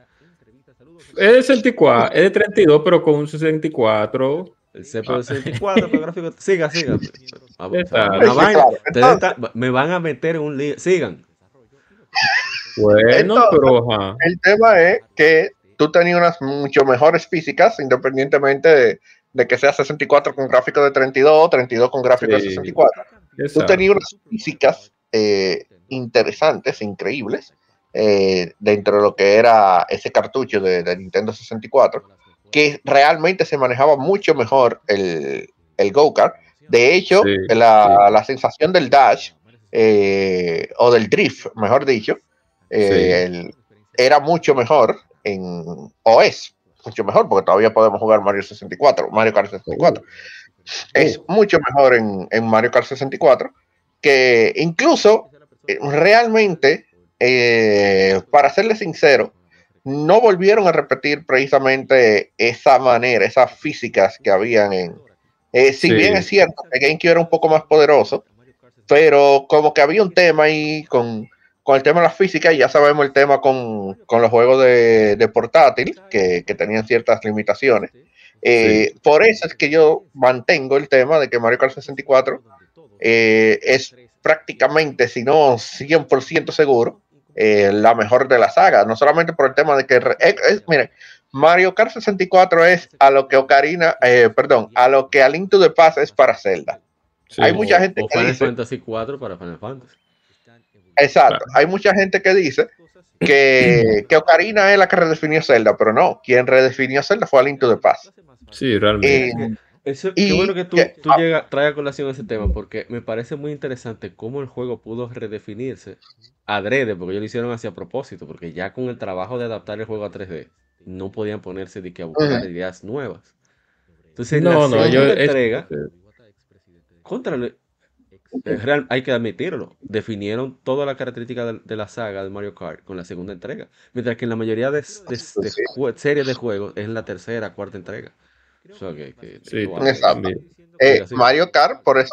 Es de sesenta y cuatro, es de treinta y dos, pero con un sesenta y cuatro. El C P U de sesenta y cuatro, pero gráfico. Siga, siga. Ah, Exacto. una Sí, vaina, claro. ustedes están- me van a meter en un lío. Sigan. Bueno, Entonces- pero ajá. El tema es que tú tenías unas mucho mejores físicas, independientemente de, de que sea sesenta y cuatro con gráfico de treinta y dos, treinta y dos con gráfico de Sí. sesenta y cuatro. Tú Exacto. tenías unas físicas eh, interesantes, increíbles, eh, dentro de lo que era ese cartucho de, de Nintendo sesenta y cuatro, que realmente se manejaba mucho mejor el, el go-kart. De hecho, Sí, la, sí. la sensación del dash, eh, o del drift, mejor dicho, eh, Sí. el- era mucho mejor en, o es mucho mejor, porque todavía podemos jugar Mario sesenta y cuatro, Mario Kart sesenta y cuatro. Es mucho mejor en, en Mario Kart sesenta y cuatro, que incluso eh, realmente, eh, para serles sincero, no volvieron a repetir precisamente esa manera, esas físicas que habían en... eh, si Sí. bien es cierto que GameCube era un poco más poderoso, pero como que había un tema ahí con, con el tema de la física, y ya sabemos el tema con, con los juegos de, de portátil, que, que tenían ciertas limitaciones. Eh, Sí. Por eso es que yo mantengo el tema de que Mario Kart sesenta y cuatro eh, es prácticamente, si no cien por ciento seguro, eh, la mejor de la saga. No solamente por el tema de que, es, es, miren, Mario Kart sesenta y cuatro es a lo que Ocarina, eh, perdón, a lo que A Link to the Past es para Zelda. Sí. Hay mucha gente o que Final dice- Fantasy cuatro para Final Fantasy. Exacto. Claro. Hay mucha gente que dice que, que Ocarina es la que redefinió Zelda, pero no, quien redefinió Zelda fue A Link to the Past. Sí, realmente. Eh, Eso, Y qué bueno que tú, que- tú ah. llegas, traes a colación ese tema, porque me parece muy interesante cómo el juego pudo redefinirse adrede, porque ellos lo hicieron así a propósito, porque ya con el trabajo de adaptar el juego a tres D, no podían ponerse de que a buscar Ujú. ideas nuevas. Entonces, en No, la no, yo. segunda es- entrega, contra el- es real, hay que admitirlo, definieron toda la característica de, de la saga de Mario Kart con la segunda entrega, mientras que en la mayoría de, de- de Sí. jue- series de juegos es la tercera, cuarta entrega. O sea, que, que- Sí, wow. Exacto. también. Eh, Siga, siga. Mario Kart, por eso,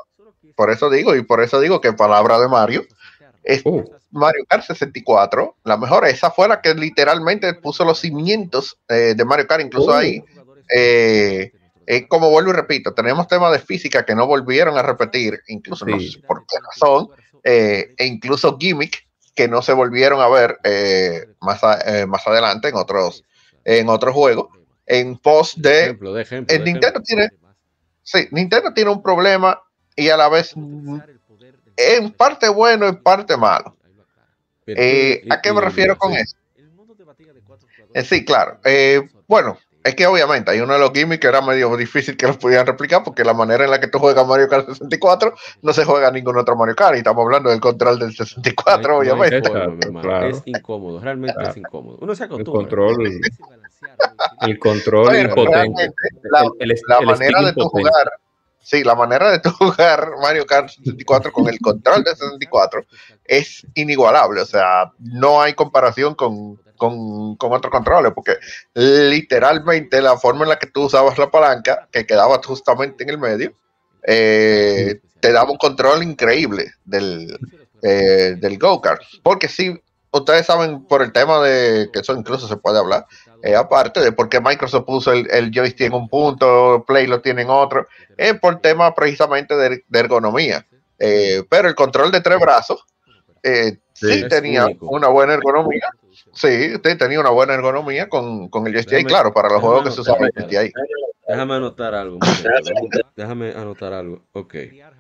por eso digo, y por eso digo que palabra de Mario, es Oh. Mario Kart sesenta y cuatro, la mejor, esa fue la que literalmente puso los cimientos eh, de Mario Kart, incluso Oh. ahí, eh, eh, como vuelvo y repito, tenemos temas de física que no volvieron a repetir, incluso no Sí. sé por qué razón, eh, e incluso gimmick que no se volvieron a ver eh, más, a- eh, más adelante en otros, en otros juegos, en pos De de... ejemplo, de ejemplo. el de Nintendo ejemplo. tiene, sí, Nintendo tiene un problema y a la vez mm, en parte bueno, en parte malo. Eh, ¿A qué me refiero con eso? Eh, sí, claro. Eh, bueno, es que obviamente hay uno de los gimmicks que era medio difícil que los pudieran replicar porque la manera en la que tú juegas Mario Kart sesenta y cuatro no se juega ningún otro Mario Kart y estamos hablando del control del sesenta y cuatro, No hay- no hay obviamente. forma, mi Exacto, hermano. claro. Es incómodo, realmente Claro. es incómodo. Uno se El acostumbra. control, el control Pero impotente. realmente la, El, el, la el manera stick de tu impotente. jugar, sí, la manera de tu jugar Mario Kart sesenta y cuatro con el control de sesenta y cuatro es inigualable. O sea, no hay comparación con, con, con otros controles, porque literalmente la forma en la que tú usabas la palanca, que quedaba justamente en el medio, eh, te daba un control increíble del, eh, del go-kart. Porque sí, ustedes saben por el tema de que eso incluso se puede hablar, eh, aparte de por qué Microsoft puso el, el joystick en un punto, Play lo tiene en otro, es por tema precisamente de, de ergonomía. Eh, pero el control de tres brazos eh, sí, Sí. tenía único. una buena ergonomía. Sí, usted tenía una buena ergonomía con, con el joystick, Déjame- claro, para los déjame juegos que se usaban el anotar. joystick. Déjame anotar algo, muchacho. Déjame, déjame anotar algo. Ok.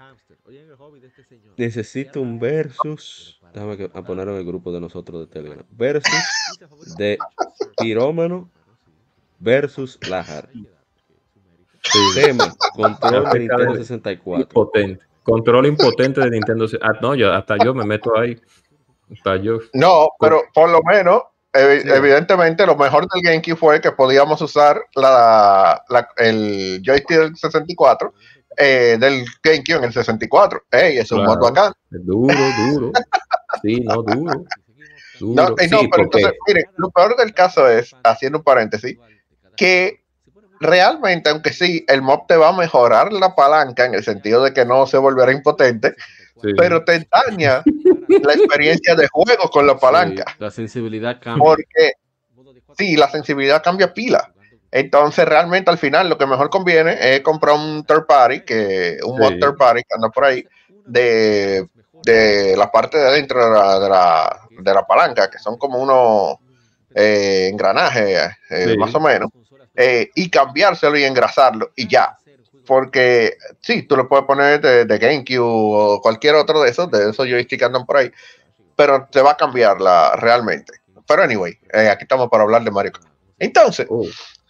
Necesito un versus. Déjame que, a ponerlo en el grupo de nosotros de Telegram. Versus de Pirómano versus Lajar. Sí. Tema: control de Acerca Nintendo del- sesenta y cuatro. Impotente. Control impotente de Nintendo. Ah, no, yo, hasta yo me meto ahí. Hasta yo. No, pero por lo menos, ev- Sí. evidentemente, lo mejor del GameCube fue que podíamos usar la, la- el joystick del sesenta y cuatro eh, del GameCube en el sesenta y cuatro. Ey, es un Claro. mod bacán. Duro, duro. Sí, no, duro. No, Duro. eh, no, Sí, pero porque entonces, mire, lo peor del caso es, haciendo un paréntesis, que realmente, aunque sí, el mod te va a mejorar la palanca en el sentido de que no se volverá impotente, sí. pero te daña la experiencia de juego con la palanca. Sí, la sensibilidad cambia. Porque sí, la sensibilidad cambia pila. Entonces, realmente al final lo que mejor conviene es comprar un third party, que un mod Sí. third party que anda por ahí, de, de la parte de adentro de la, de la, de la palanca, que son como unos eh, engranajes, eh, Sí. más o menos, eh, y cambiárselo y engrasarlo, y ya. Porque sí, tú lo puedes poner de, de GameCube o cualquier otro de esos, de esos joystick que andan por ahí, pero te va a cambiar la, realmente. Pero anyway, eh, aquí estamos para hablar de Mario Kart. Entonces, Oh,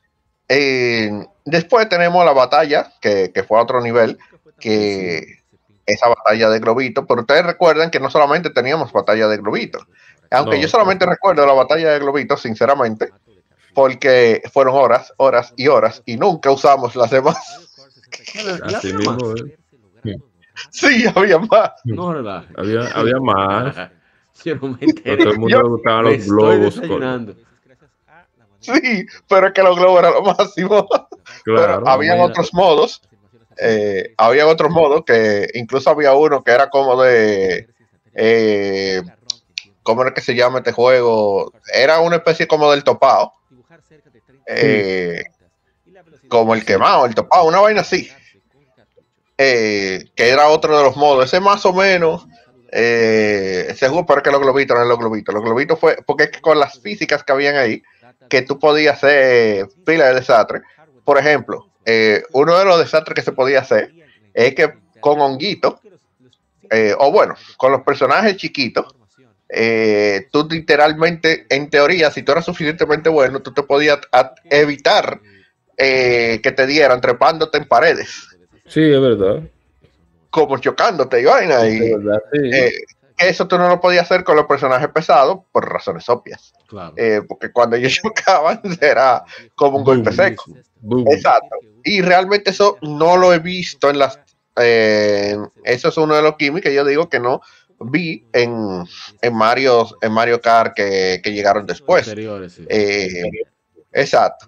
eh, después tenemos la batalla, que, que fue a otro nivel, que esa batalla de globito, pero ustedes recuerdan que no solamente teníamos batalla de globito, aunque No. yo solamente recuerdo la batalla de globito, sinceramente, porque fueron horas, horas y horas, y nunca usamos las demás. así mismo. ¿eh? Sí, había más. No relajes. Había, había más. Yo no me A todo enteré. el mundo Yo le gustaban Me los estoy globos. Con, desayunando. Sí, pero es que los globos eran lo máximo. claro. Pero habían mira. otros modos. Eh, había otros modos que incluso había uno que era como de eh, ¿cómo es que se llama este juego? Era una especie como del topado, eh, como el quemado, el topado, una vaina así, eh, que era otro de los modos. Ese más o menos eh, ese juego, pero que los globitos no eran los globitos. Los globitos fue porque es que con las físicas que habían ahí, que tú podías hacer pila de desastre. Por ejemplo, eh, uno de los desastres que se podía hacer es que con honguito, eh, o bueno, con los personajes chiquitos, eh, tú literalmente, en teoría, si tú eras suficientemente bueno, tú te podías a- evitar eh, que te dieran trepándote en paredes, Sí, es verdad. como chocándote y vaina. Y, Es verdad, sí. eh, eso tú no lo podías hacer con los personajes pesados por razones obvias. Claro. Eh, porque cuando ellos chocaban era como un golpe seco. Boom. Exacto. Y realmente eso no lo he visto en las... Eh, eso es uno de los gimmicks que yo digo que no vi en, en, Mario, en Mario Kart que, que llegaron después. Anteriores, sí. Eh, exacto.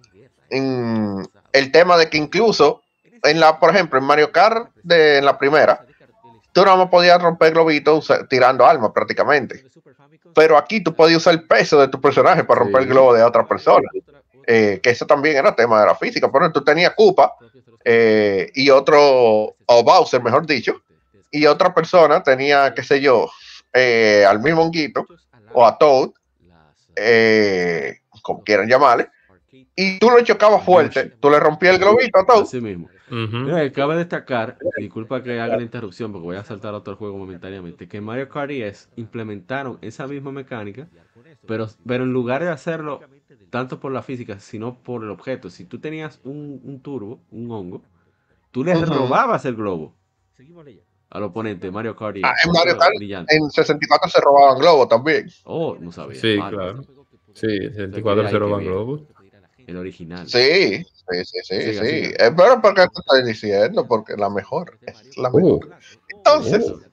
En el tema de que incluso, en la, por ejemplo, en Mario Kart, de, en la primera, tú nada más podías romper globitos tirando armas prácticamente. Pero aquí tú podías usar el peso de tu personaje para romper sí. el globo de otra persona. Eh, que eso también era tema de la física. Por ejemplo, tú tenías Koopa eh, y otro, o Bowser, mejor dicho, y otra persona tenía, qué sé yo, eh, al mismo honguito o a Toad, eh, como quieran llamarle, y tú lo chocabas fuerte, tú le rompías el globito a Toad. Así mismo. Uh-huh. Mira, cabe destacar, disculpa que haga la interrupción porque voy a saltar a otro juego momentáneamente, que Mario Kart diez implementaron esa misma mecánica, pero, pero en lugar de hacerlo tanto por la física, sino por el objeto. Si tú tenías un, un turbo, un hongo, tú le uh-huh. robabas el globo al oponente. Mario Kart diez. Ah, en Mario Kart en sesenta y cuatro se robaban globos también. Oh, no sabía. Sí, vale. Claro. Sí, en sesenta y cuatro se roban globos. El original. Sí, sí, sí, sí, sí. sí. Eh, pero ¿por qué te estoy diciendo? Porque la mejor es la mejor. Uh, Entonces, uh.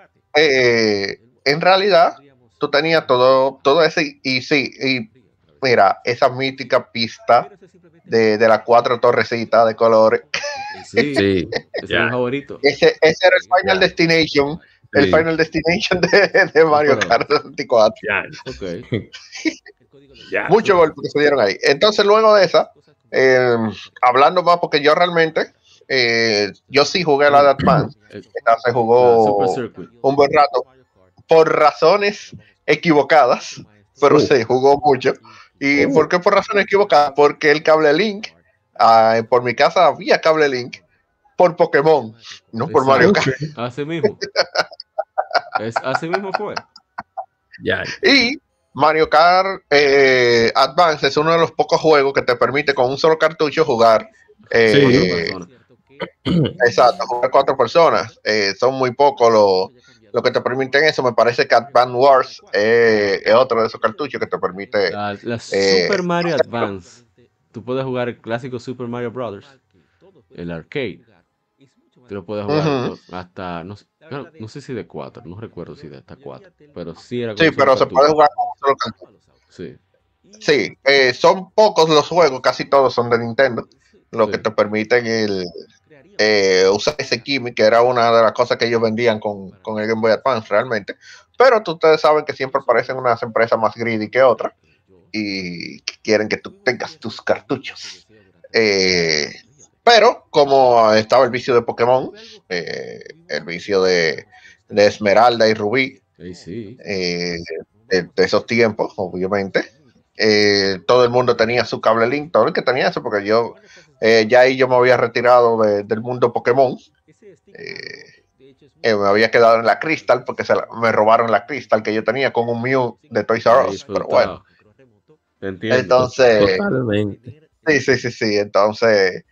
Eh, en realidad, tú tenías todo, todo ese, y sí, y mira, esa mítica pista de, de las cuatro torrecitas de colores. Sí, sí. Ese yeah. es mi favorito. Ese, ese era el Final yeah. Destination, el sí. Final Destination de, de Mario Kart sesenta y cuatro. Yeah. Okay. Yeah. Muchos golpes que se dieron ahí. Entonces, luego de esa, eh, hablando más, porque yo realmente, eh, yo sí jugué la de Advance. Esta se jugó un buen rato, por razones equivocadas, pero uh. se jugó mucho. ¿Y uh. por qué por razones equivocadas? Porque el cable Link, uh, por mi casa había cable Link, por Pokémon, no por Mario Kart. Así mismo. es, así mismo fue. Yeah. Y Mario Kart eh, Advance es uno de los pocos juegos que te permite con un solo cartucho jugar. Eh, sí, exacto, jugar cuatro personas. Eh, son muy pocos los lo que te permiten eso. Me parece que Advance Wars eh, es otro de esos cartuchos que te permite. La, la eh, Super Mario Advance. Tú puedes jugar el clásico Super Mario Brothers, el arcade. Tú lo puedes jugar uh-huh. hasta, no, no, no sé si de cuatro, no recuerdo si de hasta cuatro, pero sí era. Sí, pero se puede jugar con solo cartucho. Sí. Sí, eh, son pocos los juegos, casi todos son de Nintendo, lo sí. que te permiten el eh, usar ese gimmick, que era una de las cosas que ellos vendían con, con el Game Boy Advance realmente. Pero tú, ustedes saben que siempre aparecen unas empresas más greedy que otras y que quieren que tú tengas tus cartuchos. Eh, pero como estaba el vicio de Pokémon, eh, el vicio de, de Esmeralda y Rubí, sí, sí. Eh, de, de esos tiempos, obviamente. Eh, todo el mundo tenía su cable Link, todo el que tenía eso, porque yo eh, ya ahí yo me había retirado de, del mundo Pokémon. Eh, eh, me había quedado en la Crystal, porque se la, me robaron la Crystal que yo tenía con un Mew de Toys R Us, pero bueno. Entiendo. Entonces, totalmente. Sí, sí, sí, sí. Entonces,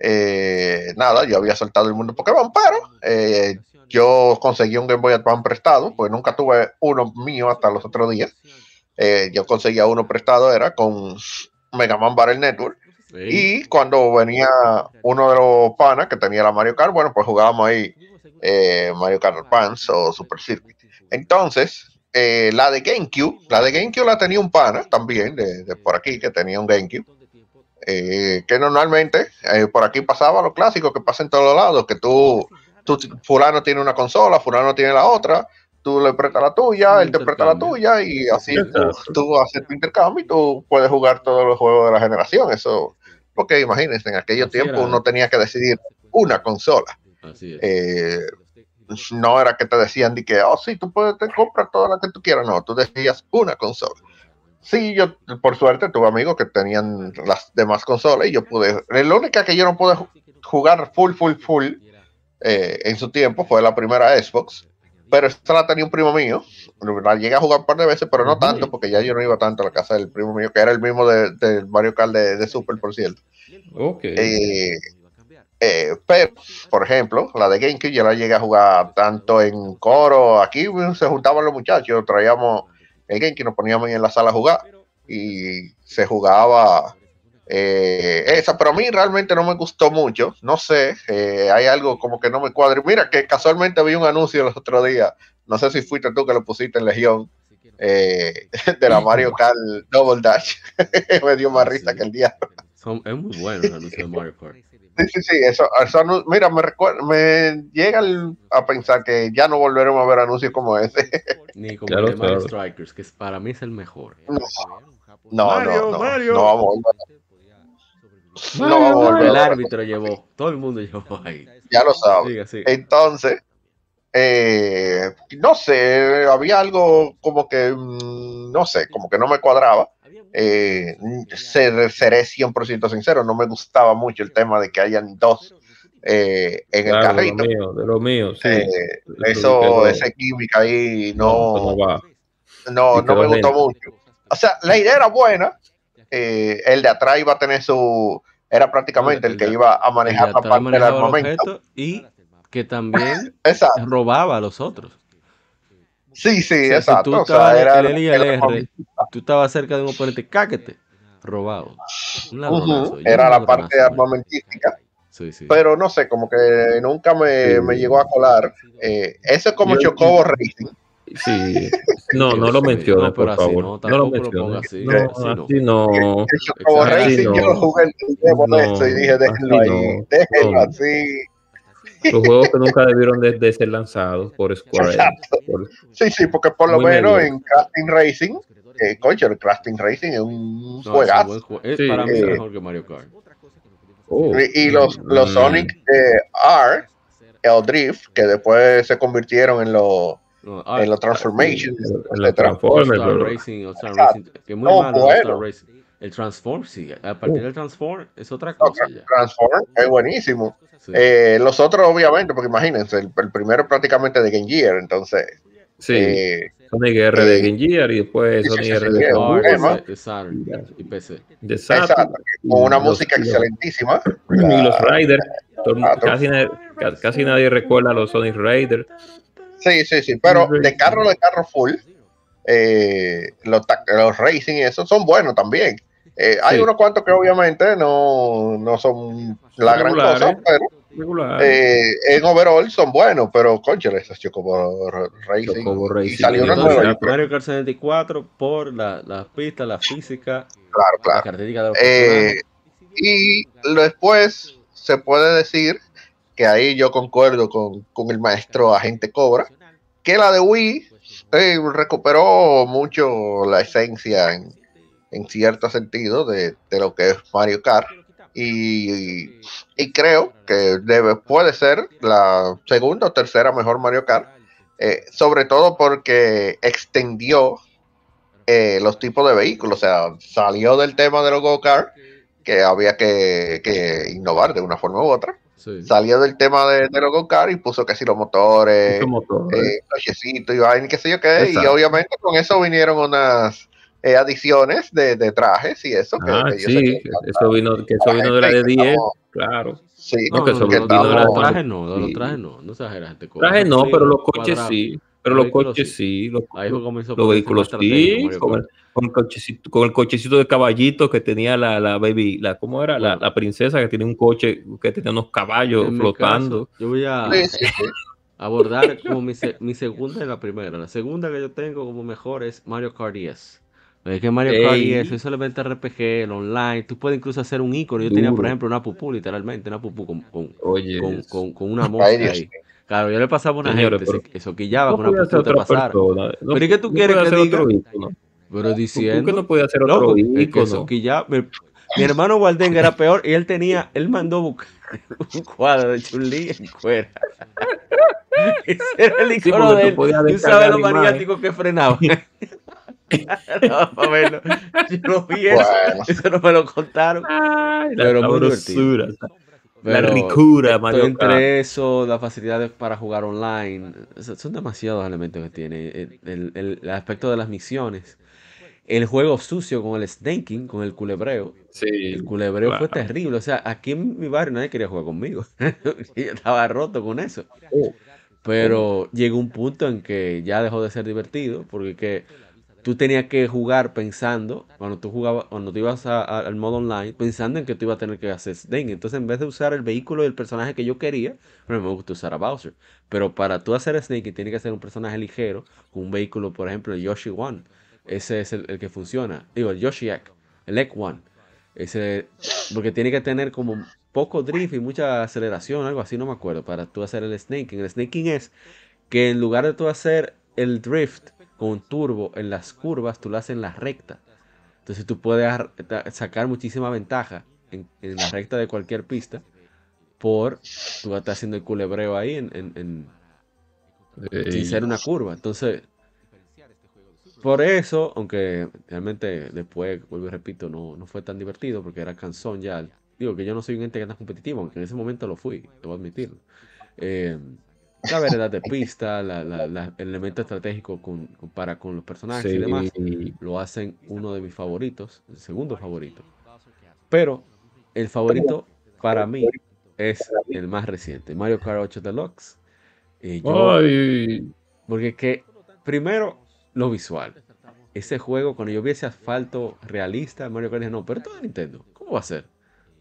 eh, nada, yo había soltado el mundo Pokémon, pero eh, yo conseguí un Game Boy Advance prestado, pues nunca tuve uno mío hasta los otros días. Eh, yo conseguía uno prestado, era con Mega Man Battle Network. Sí. Y cuando venía uno de los panas que tenía la Mario Kart, bueno, pues jugábamos ahí eh, Mario Kart Advance o Super Circuit. Entonces, eh, la de GameCube, la de GameCube la tenía un pana también, de, de por aquí, que tenía un GameCube. Eh, que normalmente eh, por aquí pasaba lo clásico que pasa en todos lados, que tú, tú, fulano tiene una consola, fulano tiene la otra, tú le prestas la tuya, él te presta la tuya y así tú, tú haces tu intercambio y tú puedes jugar todos los juegos de la generación. Eso, porque imagínense, en aquellos tiempos uno tenía que decidir una consola. Así es. Eh, no era que te decían de que, oh sí, tú puedes te compras toda la que tú quieras, no, tú decías una consola. Sí, yo por suerte tuve amigos que tenían las demás consolas y yo pude, la única que yo no pude jugar full, full, full eh, en su tiempo fue la primera Xbox, pero esta la tenía un primo mío, la llegué a jugar un par de veces, pero no tanto, porque ya yo no iba tanto a la casa del primo mío, que era el mismo de, de Mario Kart de, de Super, por cierto. Ok. Eh, eh, pero, por ejemplo, la de GameCube yo la llegué a jugar tanto en coro, aquí se juntaban los muchachos, traíamos el GameCube, nos poníamos en la sala a jugar y se jugaba eh, esa, pero a mí realmente no me gustó mucho, no sé, eh, hay algo como que no me cuadra. Mira que casualmente vi un anuncio los otros días, no sé si fuiste tú que lo pusiste en Legión, eh, de la Mario Kart Double Dash. Me dio más risa sí. que el diablo. Son, es muy bueno el anuncio de Mario Kart. Sí, sí, sí, eso, eso no- mira, me recuerda, me llega el- a pensar que ya no volveremos a ver anuncios como ese. Ni como Claro, el de Mario claro. Strikers, que es- para mí es el mejor. No, no, Mario, no, no, Mario. no vamos a volver, no Mario, vamos a volver El a ver. árbitro llevó, todo el mundo llevó ahí. Ya lo sabes. Siga, siga. Entonces, eh, no sé, había algo como que, mm, no sé, como que no me cuadraba. Eh, ser- seré cien por ciento sincero, no me gustaba mucho el tema de que hayan dos eh, en el Claro, de lo carrito. mío, de lo mío, sí. Eh, Eso eso, quedó- esa química ahí no, eso no no, va. no, Y no me quedó gustó gente. mucho. O sea, la idea era buena. eh, el de atrás iba a tener su, era prácticamente No, el que el de- iba a El de manejar la atrás parte del manejaba el armamento. objeto y que también Exacto. robaba a los otros. Sí, sí, O sea, si exacto. tú O estabas sea, en era el el, L y el el R, armamento. tú estabas cerca de un oponente, cáquete, robado. Un ladronazo. Ujú, Yo era un la parte ladronazo, man. armamentística, Sí, sí. pero no sé, como que nunca me, Sí. me llegó a colar. Eh, eso es como Yo- Chocobo Racing. Sí, no, no Dios lo mío. menciones, No, pero por así favor. no, No, lo tampoco lo ponga menciones. así, No, así no. así no. El Chocobo Exagerado. Así Racing yo lo no. jugué en el demo de eso y dije, No, déjenlo así ahí, no. déjenlo No. así. Los juegos que nunca debieron de, de ser lanzados por Square Enix. Exacto. Por- Sí, sí, porque por lo Muy menos mediocre. en Crafting Racing, eh, coño, el Crafting Racing es un No, es un juegazo. buen juego. Es Sí. para mí Eh, mejor que Mario Kart. Oh, Y, y los, los mm, Sonic eh, R, el Drift, que después se convirtieron en los No, ah, en los sí, Transformations, en los etcétera. Transformers, All-Star pero- Racing, All-Star Exacto. Racing, que es muy No, malo el bueno. All-Star Racing. El Transform, sí, a partir Uh. del Transform es otra No, cosa ya. Transform es buenísimo. Sí. Eh, los otros, obviamente, porque imagínense, el, el primero es prácticamente de Game Gear, entonces. Sí, eh, Sonic R de eh, Game Gear y después sí, sí, Sonic sí, R sí, de es un Art, tema. de, de Saturn y P C. de Saturn. Exacto, y con una los- música y los- excelentísima. Y los La- Raiders. todo el mundo- Exacto. Casi, nadie- ca- casi nadie recuerda a los Sonic Raiders. Sí, sí, sí, pero de carro de carro full, eh, los, ta- los racing y eso son buenos también. Eh, hay Sí. unos cuantos que obviamente no, no son la gran Regulares. cosa, pero Regular. eh, en overall son buenos, pero conchale, esos Chocobo Racing. Chocobo Y Racing. salió una Entonces, nueva, yo creo. Mario Kart sesenta y cuatro por la- las pistas, la física, Claro, la claro. característica de los Eh, personajes. y después se puede decir que ahí yo concuerdo con, con el maestro Agente Cobra, que la de Wii eh, recuperó mucho la esencia en, en cierto sentido de, de lo que es Mario Kart. Y, y creo que debe, puede ser la segunda o tercera mejor Mario Kart, eh, sobre todo porque extendió eh, los tipos de vehículos, o sea, salió del tema de los go-kart, que había que, que innovar de una forma u otra, Sí. salió del tema de, de los go-kart y puso que si los motores, Mucho motor, eh, cochecitos y vaina, y qué sé yo qué, y Exacto. obviamente con eso vinieron unas eh, adiciones de, de trajes y eso, que, Ah, que yo sé sí, que eso vino, que eso vino de la de diez, claro. sí, No, No, que no, eso no, vino no, de no, la los estamos- trajes no, de los sí. trajes no, no exageras, gente. Trajes no, pero los coches Cuadrado. sí. Pero Los los vehículos coches sí. Los, Ahí fue comenzó a los ponerse vehículos más estratégico, sí. Mario Con Kart. el, con, el cochecito, con el cochecito de caballito que tenía la, la baby, la, ¿cómo era? La, Bueno. la princesa que tenía un coche que tenía unos caballos En mi flotando. caso, yo voy a sí, sí, sí. abordar como mi, se- mi segunda y la primera. La segunda que yo tengo como mejor es Mario Kart diez. Es que Mario Kart Ey. diez es solamente R P G, el online. Tú puedes incluso hacer un icono. Yo tenía, por Duro. ejemplo, una pupú, literalmente, una pupú con, con, Oye, con, con, con una Ay, mosca Dios ahí. mío. Claro, yo le pasaba a una Señores, gente, pero se, eso quillaba no que una podía ser pupú te otra pasara. persona. No, Pero ¿y qué tú no quieres podía que ser diga? otro ícono. Pero ¿Por diciendo, qué no podía ser otro loco, es que ícono? eso quillaba. Mi, mi hermano Walden era peor y él tenía, él mandó buscar un cuadro de Chun-Li en cuera. Ese era el Sí, icono porque de tú él. podías Tú descargar sabes lo la imagen. maniático que frenaba. No, para verlo. Yo no vi eso. Bueno. Eso no me lo contaron. Ay, la Pero muy sabrosura, la Pero ricura, estoy Mario Kart. entre eso, las facilidades para jugar online. Son son demasiados elementos que tiene. El, el- el- el aspecto de las misiones. El juego sucio con el snaking, con el culebreo. Sí, El culebreo fue claro. terrible. O sea, aquí en mi barrio nadie quería jugar conmigo. Yo estaba roto con eso. Oh, Pero llegó un punto en que ya dejó de ser divertido. Porque que tú tenías que jugar pensando, cuando tú jugabas, cuando tú ibas a- a- al modo online, pensando en que tú ibas a tener que hacer Snake. Entonces, en vez de usar el vehículo y el personaje que yo quería, pero me gusta usar a Bowser. Pero para tú hacer Snake, tiene que ser un personaje ligero, con un vehículo, por ejemplo, el Yoshi One. Ese es el, el que funciona. Digo, el Yoshi Egg, el Egg One. Ese, porque tiene que tener como poco drift y mucha aceleración, algo así, no me acuerdo, para tú hacer el snaking. El snaking es que en lugar de tú hacer el drift con turbo en las curvas, tú lo haces en la recta. Entonces tú puedes sacar muchísima ventaja en, en la recta de cualquier pista por tú estás haciendo el culebreo ahí en, en, en sin ser una curva. Entonces, por eso, aunque realmente después, vuelvo y repito, no, no fue tan divertido porque era cansón ya. Digo que yo no soy un ente que tan competitivo, aunque en ese momento lo fui, debo admitirlo. Eh, la variedad de pista, la, la, la, el elemento estratégico con, con, para con los personajes sí. y demás, lo hacen uno de mis favoritos, el segundo favorito. Pero el favorito para mí es el más reciente, Mario Kart ocho Deluxe. Y yo, Ay. porque es que, primero, lo visual. Ese juego, cuando yo vi ese asfalto realista, Mario Kart dije, no, pero todo es Nintendo, ¿cómo va a ser?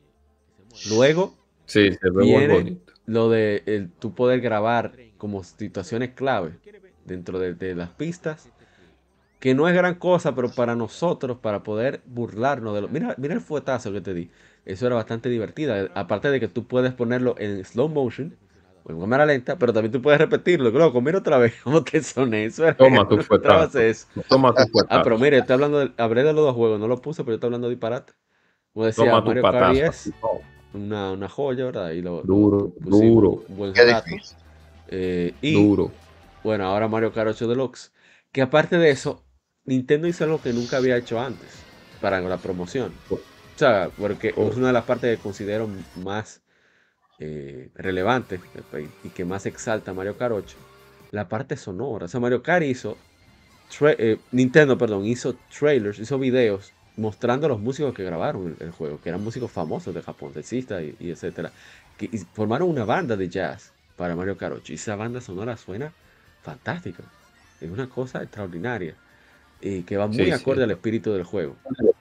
Luego, sí, se ve viene muy bonito. Lo de el, tú poder grabar como situaciones clave dentro de, de las pistas, que no es gran cosa, pero para nosotros, para poder burlarnos de lo... Mira, mira el fuetazo que te di. Eso era bastante divertido. Aparte de que tú puedes ponerlo en slow motion, o en cámara lenta, pero también tú puedes repetirlo. Loco, mira otra vez cómo te soné. Eso era, Toma tu fuetazo. Eso. Toma tu fuetazo. Ah, pero mire, estoy hablando de, hablé de los dos juegos, no lo puse, pero yo estoy hablando de disparate. Como decía, Toma tu Mario Kart patazo. Una, una joya, ¿verdad? Y lo, duro, lo duro. Un buen Qué rato. difícil. Eh, y, Duro. bueno, ahora Mario Kart ocho Deluxe. Que aparte de eso, Nintendo hizo algo que nunca había hecho antes para la promoción. O sea, porque Oh. es una de las partes que considero más eh, relevantes y que más exalta Mario Kart ocho. La parte sonora. O sea, Mario Kart hizo, eh, Nintendo, perdón, hizo trailers, hizo videos mostrando a los músicos que grabaron el, el juego, que eran músicos famosos de Japón, jazzistas y, y etcétera, que y formaron una banda de jazz para Mario Kart ocho, y esa banda sonora suena fantástica, es una cosa extraordinaria, y que va muy Sí, acorde sí. al espíritu del juego,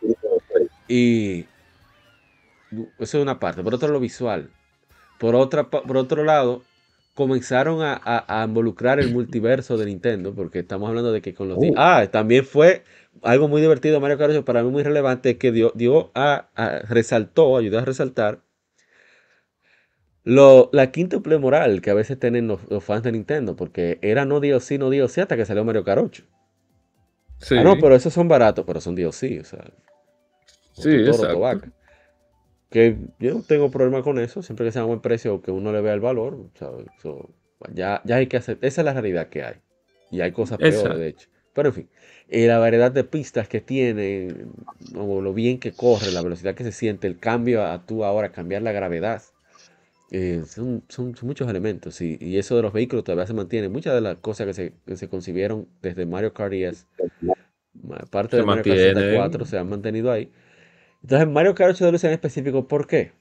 y eso es una parte. Por otro, lo visual. Por, otra, por otro lado, comenzaron a, a, a involucrar el multiverso de Nintendo, porque estamos hablando de que con los... Oh. Ah, también fue algo muy divertido Mario Kart ocho, para mí muy relevante, que dio, dio a, a, resaltó, ayudó a resaltar lo, la quíntuple moral que a veces tienen los, los fans de Nintendo, porque era no D L C, no D L C hasta que salió Mario Kart ocho. Sí, Ah, no, pero esos son baratos, pero son D L C, o sea, sí, toro, exacto. tobaca. Que yo no tengo problema con eso, siempre que sea a buen precio o que uno le vea el valor, o sea, eso, ya, ya hay que hacer, esa es la realidad que hay. Y hay cosas peores, Exacto. de hecho. Pero en fin, eh, la variedad de pistas que tiene, o lo bien que corre, la velocidad que se siente, el cambio a tú ahora, cambiar la gravedad, eh, son, son, son muchos elementos. Y, y eso de los vehículos todavía se mantiene. Muchas de las cosas que se, que se concibieron desde Mario Kart D S, parte Se de Mario Kart sesenta y cuatro, mantienen. se han mantenido ahí. Entonces, Mario Kart ocho Deluxe en específico, ¿por qué?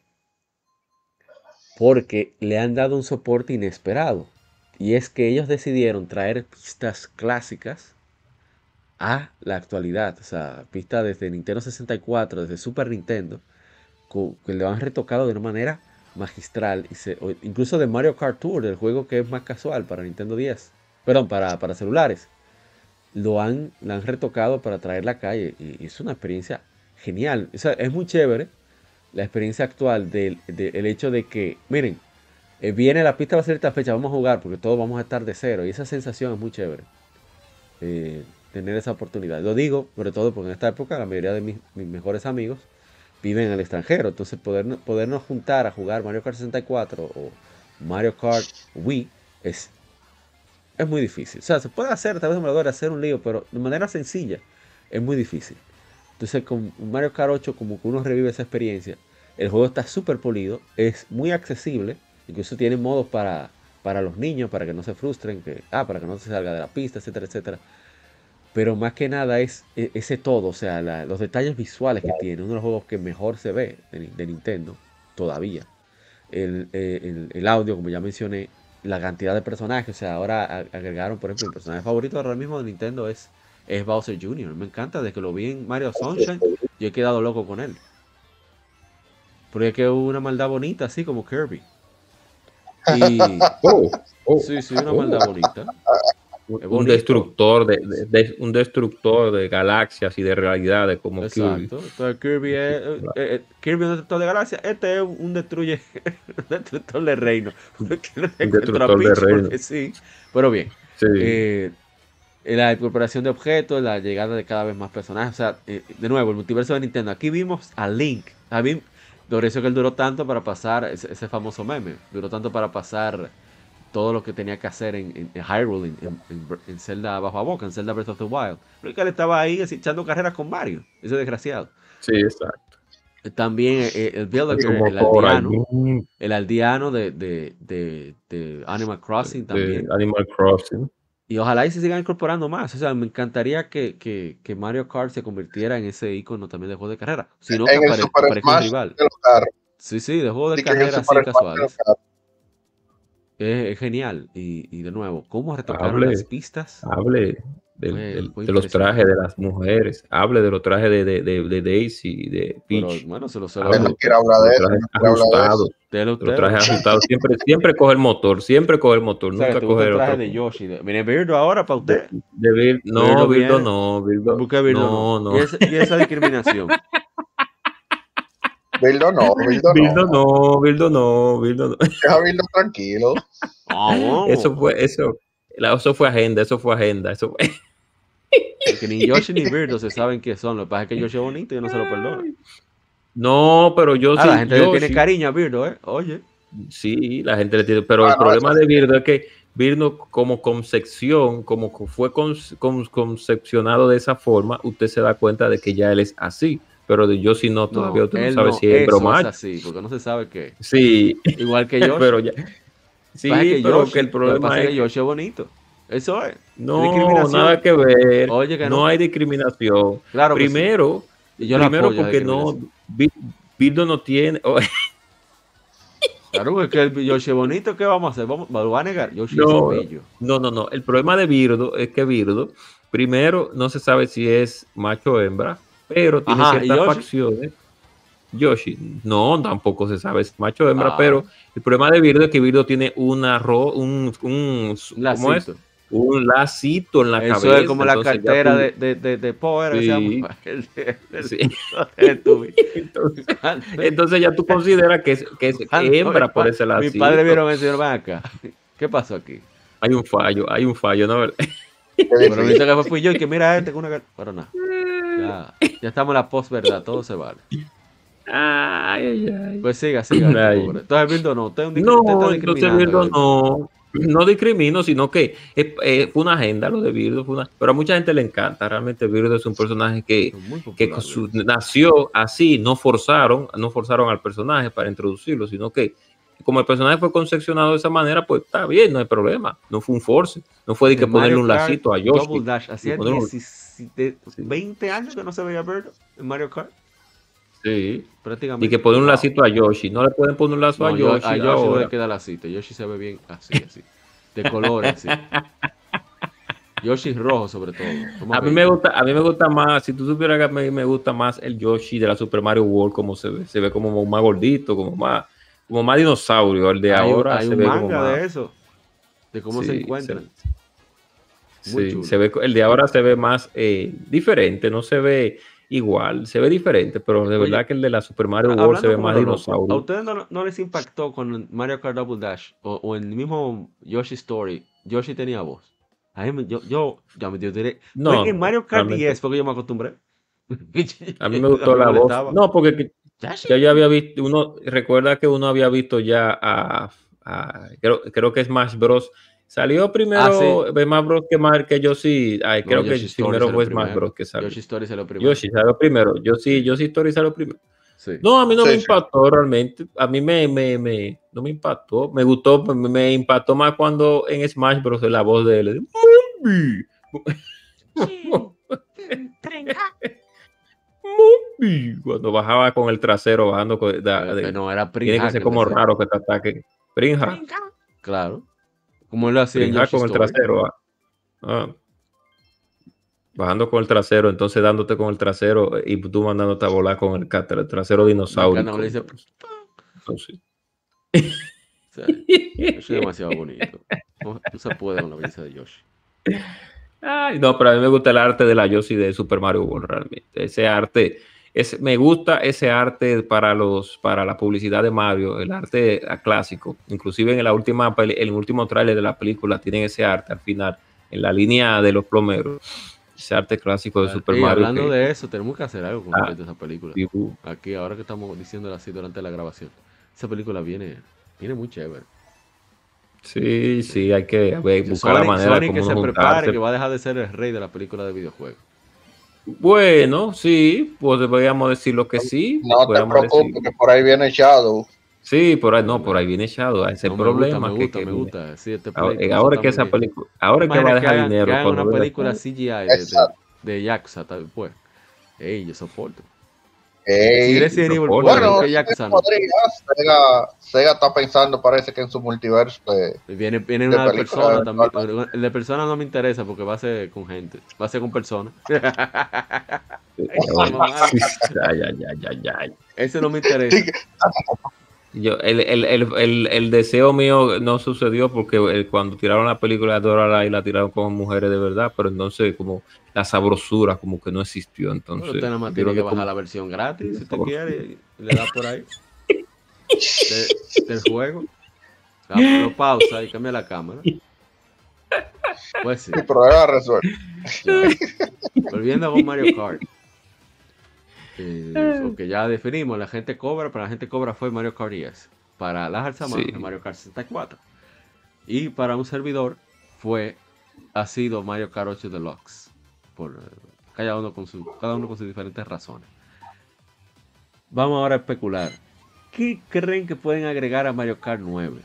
Porque le han dado un soporte inesperado. Y es que ellos decidieron traer pistas clásicas a la actualidad. O sea, pistas desde Nintendo sesenta y cuatro, desde Super Nintendo, que lo han retocado de una manera magistral. Y se, incluso de Mario Kart Tour, del juego que es más casual para Nintendo diez. Perdón, para, para celulares. Lo han, lo han retocado para traerla a calle. Y, y es una experiencia genial. O sea, es muy chévere la experiencia actual del de, de, hecho de que, miren, eh, viene la pista, va a ser esta fecha, vamos a jugar porque todos vamos a estar de cero. Y esa sensación es muy chévere. Eh, tener esa oportunidad. Lo digo, sobre todo porque en esta época la mayoría de mis, mis mejores amigos viven en el extranjero. Entonces poder, podernos juntar a jugar Mario Kart sesenta y cuatro o Mario Kart Wii es, es muy difícil. O sea, se puede hacer, tal vez emulador, hacer un lío, pero de manera sencilla es muy difícil. Entonces con Mario Kart ocho como que uno revive esa experiencia. El juego está súper polido, es muy accesible, incluso tiene modos para, para los niños, para que no se frustren, que, ah, para que no se salga de la pista, etcétera, etcétera. Pero más que nada es ese todo, o sea, la, los detalles visuales que tiene, uno de los juegos que mejor se ve de, de Nintendo, todavía. El, el, el audio, como ya mencioné, la cantidad de personajes, o sea, ahora agregaron, por ejemplo, el personaje favorito ahora mismo de Nintendo es... es Bowser junior Me encanta, desde que lo vi en Mario Sunshine, yo he quedado loco con él. Porque es que es una maldad bonita, así como Kirby. Y... Oh, oh, sí, sí, una oh. maldad bonita. un, Es un bonito. destructor de, de- de- un destructor de galaxias y de realidades como Kirby. Exacto. Entonces Kirby es eh, eh, Kirby es un destructor de galaxias. Este es un destruye un destructor de reino. Un destructor de reino. Porque sí. Pero bien. Sí. Eh, la incorporación de objetos, la llegada de cada vez más personajes. O sea, eh, de nuevo, el multiverso de Nintendo. Aquí vimos a Link. A mí, por eso que él duró tanto para pasar ese, ese famoso meme. Duró tanto para pasar todo lo que tenía que hacer en, en, en Hyrule, en, en, en, en Zelda bajo a boca, en Zelda Breath of the Wild. Porque él estaba ahí así, echando carreras con Mario. Ese desgraciado. Sí, exacto. También eh, el Villager, el motor ahí, aldeano. El aldeano de, de, de, de Animal Crossing también. de Animal Crossing. Y ojalá y se sigan incorporando más. O sea, me encantaría que, que, que Mario Kart se convirtiera en ese icono también de juego de carrera. Sino que En el apare- Super aparezca un Smash rival. de los carros. Sí, sí, de juegos de Sí, que en el carrera así Super Smash de los casuales. carros. Es, es genial. Y, y de nuevo, ¿cómo retocaron Hable, las pistas? hable del- Fue- del- fue de los trajes impresionante. de las mujeres, hable de los trajes de, de, de, de Daisy, de Pero Peach, bueno, se lo se hable Él lo no quiere hablar de de los eso, trajes no quiere hablar de eso. ajustados, de de los usted. trajes ajustados, siempre, siempre coge el motor, siempre coge el motor, O sea, que nunca te gusta coge el el traje otro. de Yoshi. De, mire, Birdo ahora para De, usted. de Vir- no, Birdo Virdo viene. no, Virdo, ¿Por qué Birdo no? no, no. Y, esa, y esa discriminación. Bildo no, Bildo Virdo no. no, Virdo no, Virdo no. Deja a Bildo tranquilo. Ah, bueno. Eso fue, eso, la- eso fue agenda, eso fue agenda, eso fue. Porque ni Yoshi ni Birdo se saben qué son. Lo que pasa es que Yoshi es bonito y yo no se lo perdono. No, pero yo Ah, sí, la gente yo le tiene sí- cariño a Birdo, ¿eh? Oye. Sí, la gente le tiene, pero Ah, el no, problema eso de Birdo es que Birdo como concepción, como que fue con- con- concepcionado de esa forma, usted se da cuenta de que ya él es así, pero de yo si no, todavía No, usted no él sabe no, si es eso broma. es así, porque no se sabe qué. Sí, Igual que Yoshi. pero ya. Sí, Pasa que pero Yoshi, que el lo que problema pasa es es que que Yoshi es bonito. Eso es. no, discriminación. nada que ver, Oye, que no. no. hay discriminación. Claro que sí. Primero, Y yo la primero apoyo, la porque no, discriminación. Bi- Birdo no tiene, oh, Claro, es que el Yoshi es bonito, ¿qué vamos a hacer? Vamos, ¿lo va a negar? Yoshi No, es bello. no, no, no. El problema de Birdo es que Birdo, primero, no se sabe si es macho o hembra, pero tiene Ajá, ¿y ciertas Yoshi? facciones. Yoshi, no, tampoco se sabe si es macho o hembra, Ah. pero el problema de Birdo es que Birdo tiene una ro- un, un, Un ¿cómo es? lacito. Un lacito en la Eso cabeza. es como la entonces ya cartera tú- de, de, de, de Poe, era que se Sí. llama. El, el, el- Sí. el tubi. Entonces, entonces ya tú consideras que es, que es Cuando hembra mi por pa- ese Mi lacito. padre vieron eso y dijeron, ven acá. ¿Qué pasó aquí? Hay un fallo, hay un fallo, ¿no? Qué Pero difícil. ahorita que fui yo y que mira este con una... car- Pero nada. Ya, ya estamos en la post-verdad, todo se vale. Ay, ay, ay. Pues siga, siga. Ay. pobre. Entonces, Birdo no, usted es un discri- No, usted está entonces discriminando, Birdo ¿eh? no, no discrimino, sino que eh, eh, fue una agenda lo de Birdo, fue una, pero a mucha gente le encanta. Realmente Birdo es un personaje que, Muy que popular, con su- Birdo. nació así, no forzaron, no forzaron al personaje para introducirlo, sino que como el personaje fue concepcionado de esa manera, pues está bien, no hay problema. No fue un force, no fue de que En ponerle Mario un Kart lacito a Double Yoshi. Dash. Hacía Y ponerle un- diecisiete, veinte años que no se veía Birdo en Mario Kart. Sí. Prácticamente. Y que poner un Wow. lacito a Yoshi, no le pueden poner un lazo No, a yo- Yoshi. a Yoshi no ahora. le queda la cita. Yoshi se ve bien así, así. De colores, así. Yoshi rojo, sobre todo. Toma A mí bello. me gusta, a mí me gusta más, si tú supieras que a mí me gusta más el Yoshi de la Super Mario World, como se ve, se ve como más gordito, como más, como más dinosaurio. El de hay, ahora hay se un ve como manga más. de eso. De cómo se Sí, encuentran. Sí, Muy chulo. se ve, el de ahora se ve más eh, diferente, no se ve igual, se ve diferente, pero de Oye, verdad que el de la Super Mario World Hablando se ve como más lo loco, ¿a dinosaurio. ustedes no, no les impactó con Mario Kart Double Dash o, o en el mismo Yoshi Story? Yoshi tenía voz. A mí me- yo, yo, ya me dio diré. No, Fue en Mario Kart realmente. diez porque yo me acostumbré. A mí me gustó la voz. molestaba. No, porque que- Yoshi. ya yo había visto, uno recuerda que uno había visto ya a, a- creo, creo que Smash Bros. Salió primero Ah, sí. Smash Bros. que Mar que yo sí, ay, No, creo que Yoshi Story primero salió fue Smash primero. Bros. que salió. Yoshi Story salió primero. Yoshi salió primero. Yo sí, Yoshi Story salió primero. Sí. No, a mí no Sí, me sí. impactó realmente. A mí me, me, me, no me impactó. Me gustó, me, me impactó más cuando en Smash Bros. La voz de él. ¡Mumbi! ¡Mumbi! Cuando bajaba con el trasero, bajando con, da- Eh, de- no, era tiene que Prinja ser que como decía. raro que te ataque. Prinja, Claro. Como él lo hacía en Prinja Yoshi con el Story. trasero. ah. Ah. Bajando con el trasero, entonces dándote con el trasero eh, y tú mandándote a volar con el, cat- el trasero Me dinosaurio. encanta cuando le dice, Entonces, o sea, Yoshi es demasiado bonito. No, no se puede con la belleza de Yoshi. Ay, no, pero a mí me gusta el arte de la Yoshi de Super Mario World, realmente. Ese arte, es, me gusta ese arte para los, para la publicidad de Mario, el arte clásico. Inclusive en la última, en el último tráiler de la película tienen ese arte al final, en la línea de los plomeros. Ese arte clásico de Super Y Mario. hablando que, de eso, tenemos que hacer algo con ah, respecto a esa película. y, uh, Aquí, ahora que estamos diciéndolo así durante la grabación. Esa película viene, viene muy chévere. Sí, sí, hay que a ver, buscar Sony, la manera Sony de que cómo se no prepare, juntarse. que va a dejar de ser el rey de la película de videojuegos. Bueno, sí, pues podríamos decir lo que sí. No te podríamos preocupes, decir- que por ahí viene Shadow. Sí, por ahí, no, por ahí viene Shadow, ese No, me gusta, problema. me que- gusta, que me viene. gusta. Sí, este Ahora, pleito, eh, eso ahora está que muy esa bien. película, ahora que va a Imagina que dejar hagan, que dinero hagan cuando una venga película Shadow. C G I de, de, Exacto. de Yakuza, tal pues. Ey, yo soporto. Si Ey, Resident Evil soporto. puede, bueno, porque sí Yakuza no. podría. Sega, Sega está pensando, parece que en su multiverso de, Viene, viene de una de películas. persona también. El de persona no me interesa porque va a ser con gente. Va a ser con personas. Ay, ay, ay, ay, ay. Ese no me interesa. Yo, el, el, el, el, el deseo mío no sucedió porque el- cuando tiraron la película de Dora la la tiraron con mujeres de verdad, pero entonces como la sabrosura como que no existió. Bueno, Entonces, usted nada más yo tiene creo que que bajar como- la versión gratis si usted Sabrosura. quiere y le da por ahí. De- del juego. La- Lo pausa y cambia la cámara. Pues sí. Mi problema resuelto. Ya. Volviendo con Mario Kart. Eh, ok, ya definimos, la gente cobra, pero la gente cobra fue Mario Kart diez. Para las Alzamán, Sí. Mario Kart sesenta y cuatro. Y para un servidor fue, ha sido Mario Kart ocho Deluxe. Por, eh, cada, uno con su, cada uno con sus diferentes razones. Vamos ahora a especular. ¿Qué creen que pueden agregar a Mario Kart nueve?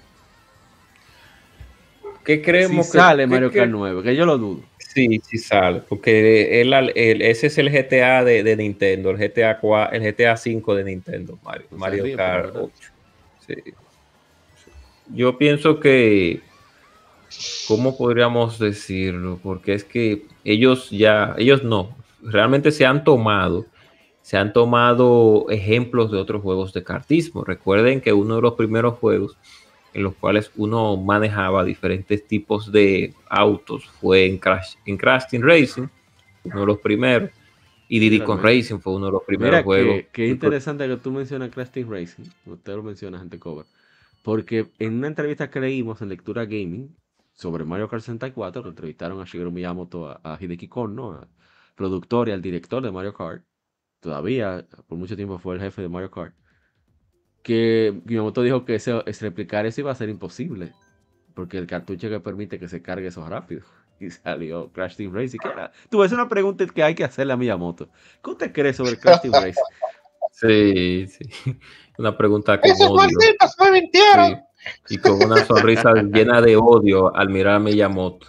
¿Qué Si creemos que sale qué Mario cre- Kart nueve, que yo lo dudo. Sí, sí sale, porque el, el- ese es el G T A de, de Nintendo, el G T A cuatro, el G T A cinco de Nintendo, Mario, No se Mario ríe, Kart pero ¿verdad? ocho. Sí. Yo pienso que, ¿cómo podríamos decirlo? Porque es que ellos ya, ellos no, realmente se han tomado, se han tomado ejemplos de otros juegos de kartismo. Recuerden que uno de los primeros juegos en los cuales uno manejaba diferentes tipos de autos fue en Crash, en Crash Team Racing, uno de los primeros, y Diddy Kong Realmente. Racing fue uno de los primeros Mira, juegos. que, que interesante que tú mencionas Crash Team Racing. Usted lo menciona, gente cover. Porque en una entrevista que leímos en Lectura Gaming sobre Mario Kart sesenta y cuatro, que entrevistaron a Shigeru Miyamoto, a, a Hideki Kono, al productor y al director de Mario Kart, todavía por mucho tiempo fue el jefe de Mario Kart, que Miyamoto dijo que ese, es replicar eso iba a ser imposible, porque el cartucho que permite que se cargue eso rápido. Y salió Crash Team Racing. ¿Qué era? Tú, es una pregunta que hay que hacerle a Miyamoto. ¿Qué usted cree sobre Crash Team Racing? Sí, sí. Una pregunta con Esos odio. malditos me mintieron. Sí. Y con una sonrisa llena de odio al mirar a Miyamoto.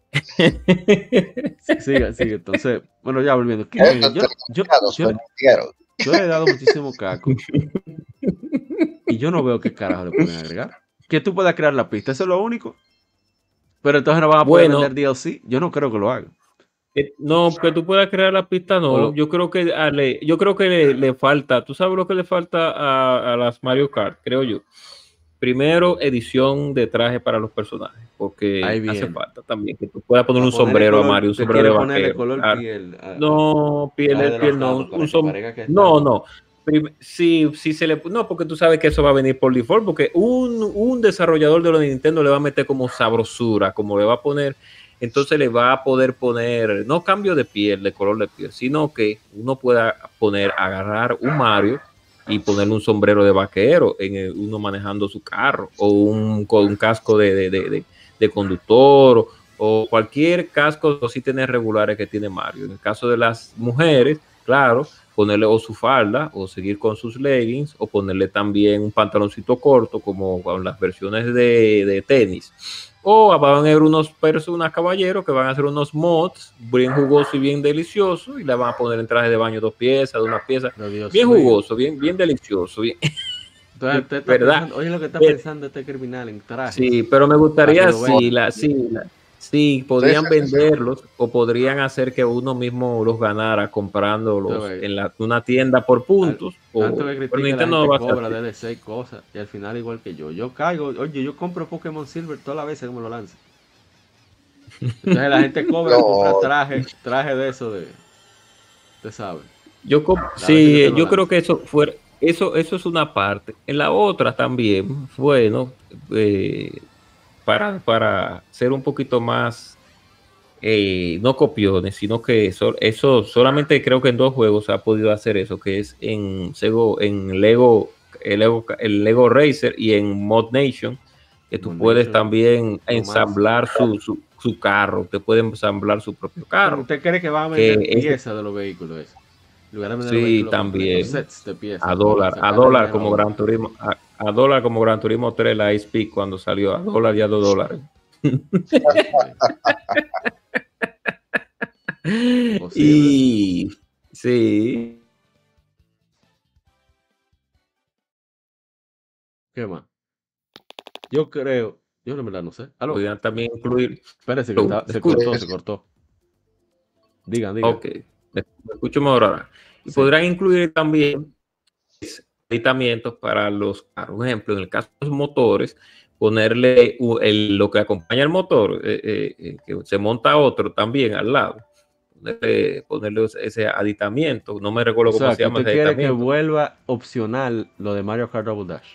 Sigue, sigue. Entonces, bueno, ya volviendo. ¿Qué? Esos Yo, yo, desgraciados yo, me mintieron. yo le he dado muchísimo caco. Y yo no veo qué carajo le pueden agregar. Que tú puedas crear la pista, eso es lo único. Pero entonces no van a poder Bueno. vender D L C. Yo no creo que lo hagan. Eh, No, que tú puedas crear la pista, O no. lo- Yo creo que a le, yo creo que le, le falta. ¿Tú sabes lo que le falta a, a las Mario Kart? Creo yo. Primero, edición de traje para los personajes, porque Ahí hace viene. falta también que tú puedas poner Para un ponerle sombrero color- a Mario, un te sombrero de quiere ponerle vaquero. color Claro. piel. a- a- No, piel, traje el de piel los no. lados, para Un que som- parezca que está- no, no. Prim- Sí, sí se le. No, porque tú sabes que eso va a venir por default, porque un, un desarrollador de los de Nintendo le va a meter como sabrosura, como le va a poner. Entonces le va a poder poner, no cambio de piel, de color de piel, sino que uno pueda poner, agarrar un Mario y ponerle un sombrero de vaquero, en el- uno manejando su carro, o un, con un casco de, de, de, de- de conductor, o, o cualquier casco o sí tener regulares que tiene Mario. En el caso de las mujeres, claro, ponerle o su falda, o seguir con sus leggings, o ponerle también un pantaloncito corto, como con las versiones de, de tenis. O van a haber unos personas, caballeros, que van a hacer unos mods bien jugosos y bien deliciosos, y le van a poner en traje de baño dos piezas, de una pieza, Pero Dios bien mío. jugoso, bien, bien delicioso, bien. Entonces, usted está ¿Verdad? pensando- oye lo que está Eh, pensando este criminal en trajes. Sí, pero me gustaría Para que lo sí, vean. la, sí, la- sí, podrían Sí, sí, sí. venderlos o podrían hacer que uno mismo los ganara comprándolos Sí, en la, una tienda por puntos. o, Tanto que pero critica la Nintendo gente no va a hacer cobra así. D L C y cosas. Y al final igual que yo. Yo caigo. Oye, yo compro Pokémon Silver todas las veces que me lo lancen. Entonces la gente cobra No. compra traje, traje de eso de, usted sabe. Yo com- La sí, gente que no yo lanza. creo que eso fue, eso, eso es una parte. En la otra también, bueno, eh, para, para ser un poquito más, eh, no copiones, sino que eso, eso solamente creo que en dos juegos se ha podido hacer eso, que es en Sego, en Lego, el Lego, el Lego Racer y en Mod Nation, que tú Mod puedes Nation, también lo ensamblar su, su, su carro, te pueden ensamblar su propio Pero carro. ¿usted cree que van a Que vender es- piezas de los vehículos? Eso? En lugar de vender los Sí, vehículos también. completos, sets de piezas. A para dólar, a sacarle dólar dinero como a uno. Gran Turismo, a, a dólar como Gran Turismo tres, la Ice Peak cuando salió, a dólar y a dos dólares. Posible. Y sí, ¿Qué más? Yo creo, yo en verdad no sé. Aló, podrían también incluir. espérese que Oh, está- ¿me se escucha? cortó, se cortó. Digan, digan. Ok, me, me escucho mejor ahora. Y Sí. podrán incluir también aditamentos para los carros. Por ejemplo, en el caso de los motores, ponerle u- el- lo que acompaña el motor, eh, eh, eh, que se monta otro también al lado. Ponerle, ponerle ese aditamiento. No me recuerdo O cómo sea, se que llama usted ese quiere que aditamiento. vuelva opcional lo de Mario Kart Double Dash.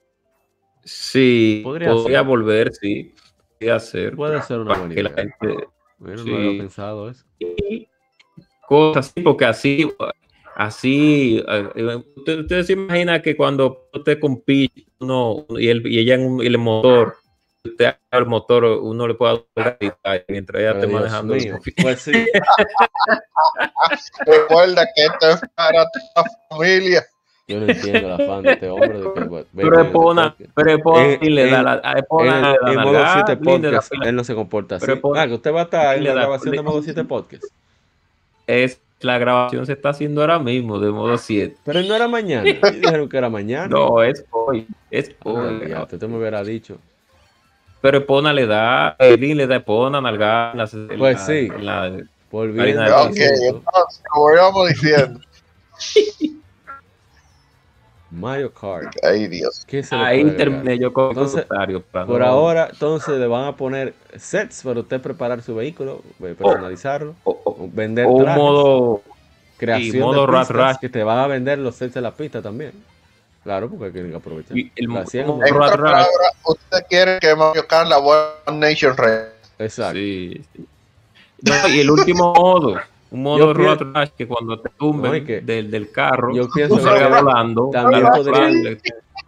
Sí, Podría podría ser. volver, sí, podría ser. Puede ser una Para buena que la idea. gente. Bueno, Sí. no había pensado eso. Y cosas así, porque así, así, eh, eh, usted, usted se imagina que cuando usted compite uno y, el, y ella en un- y el motor, usted haga el motor, uno le puede dar mientras ella Pero esté Dios manejando el mío. motor. Pues sí. Recuerda que esto es para tu familia. Yo no entiendo el afán de este hombre de que ve- Pero venga es en este pona, podcast. pero es pona En, y le da en- la, es en pona el- le da en modo nalgada, siete Blin le da podcast, pila- él no se comporta así. pero es pona- Ah, que usted va a estar en le la da- grabación de le- modo siete podcast. es la grabación se está haciendo ahora mismo de modo siete. Pero no era mañana. Ellos dijeron que era mañana. No, es hoy, es Ah, hoy. ya, usted me hubiera dicho. Pero Epona le da, Edwin le da Epona, nalgada, en la, en Pues la- sí. en la- Volviendo Harina al de Ok, asunto, entonces, como íbamos diciendo. Mario Kart. Ay, Dios. ¿Qué se le ahí puede agregar? terminé yo con Entonces, comentario. para Por no- ahora, entonces le van a poner sets para usted preparar su vehículo, eh, personalizarlo, o, o- vender o un trajes, modo, creación y modo de Rat pistas, Rash. que te van a vender los sets de la pista también. Claro, porque hay que aprovechar. y el Lo mo- hacían modo En como- Rat otras Rash. palabras, usted quiere que Mario Kart la One Nation Red. Exacto. Sí, sí. No, y el último modo, un modo Yo Rat pienso- Rash que cuando te tumben No, y que- del, del carro, yo tú pienso que salgas volando. también a la podrían- par-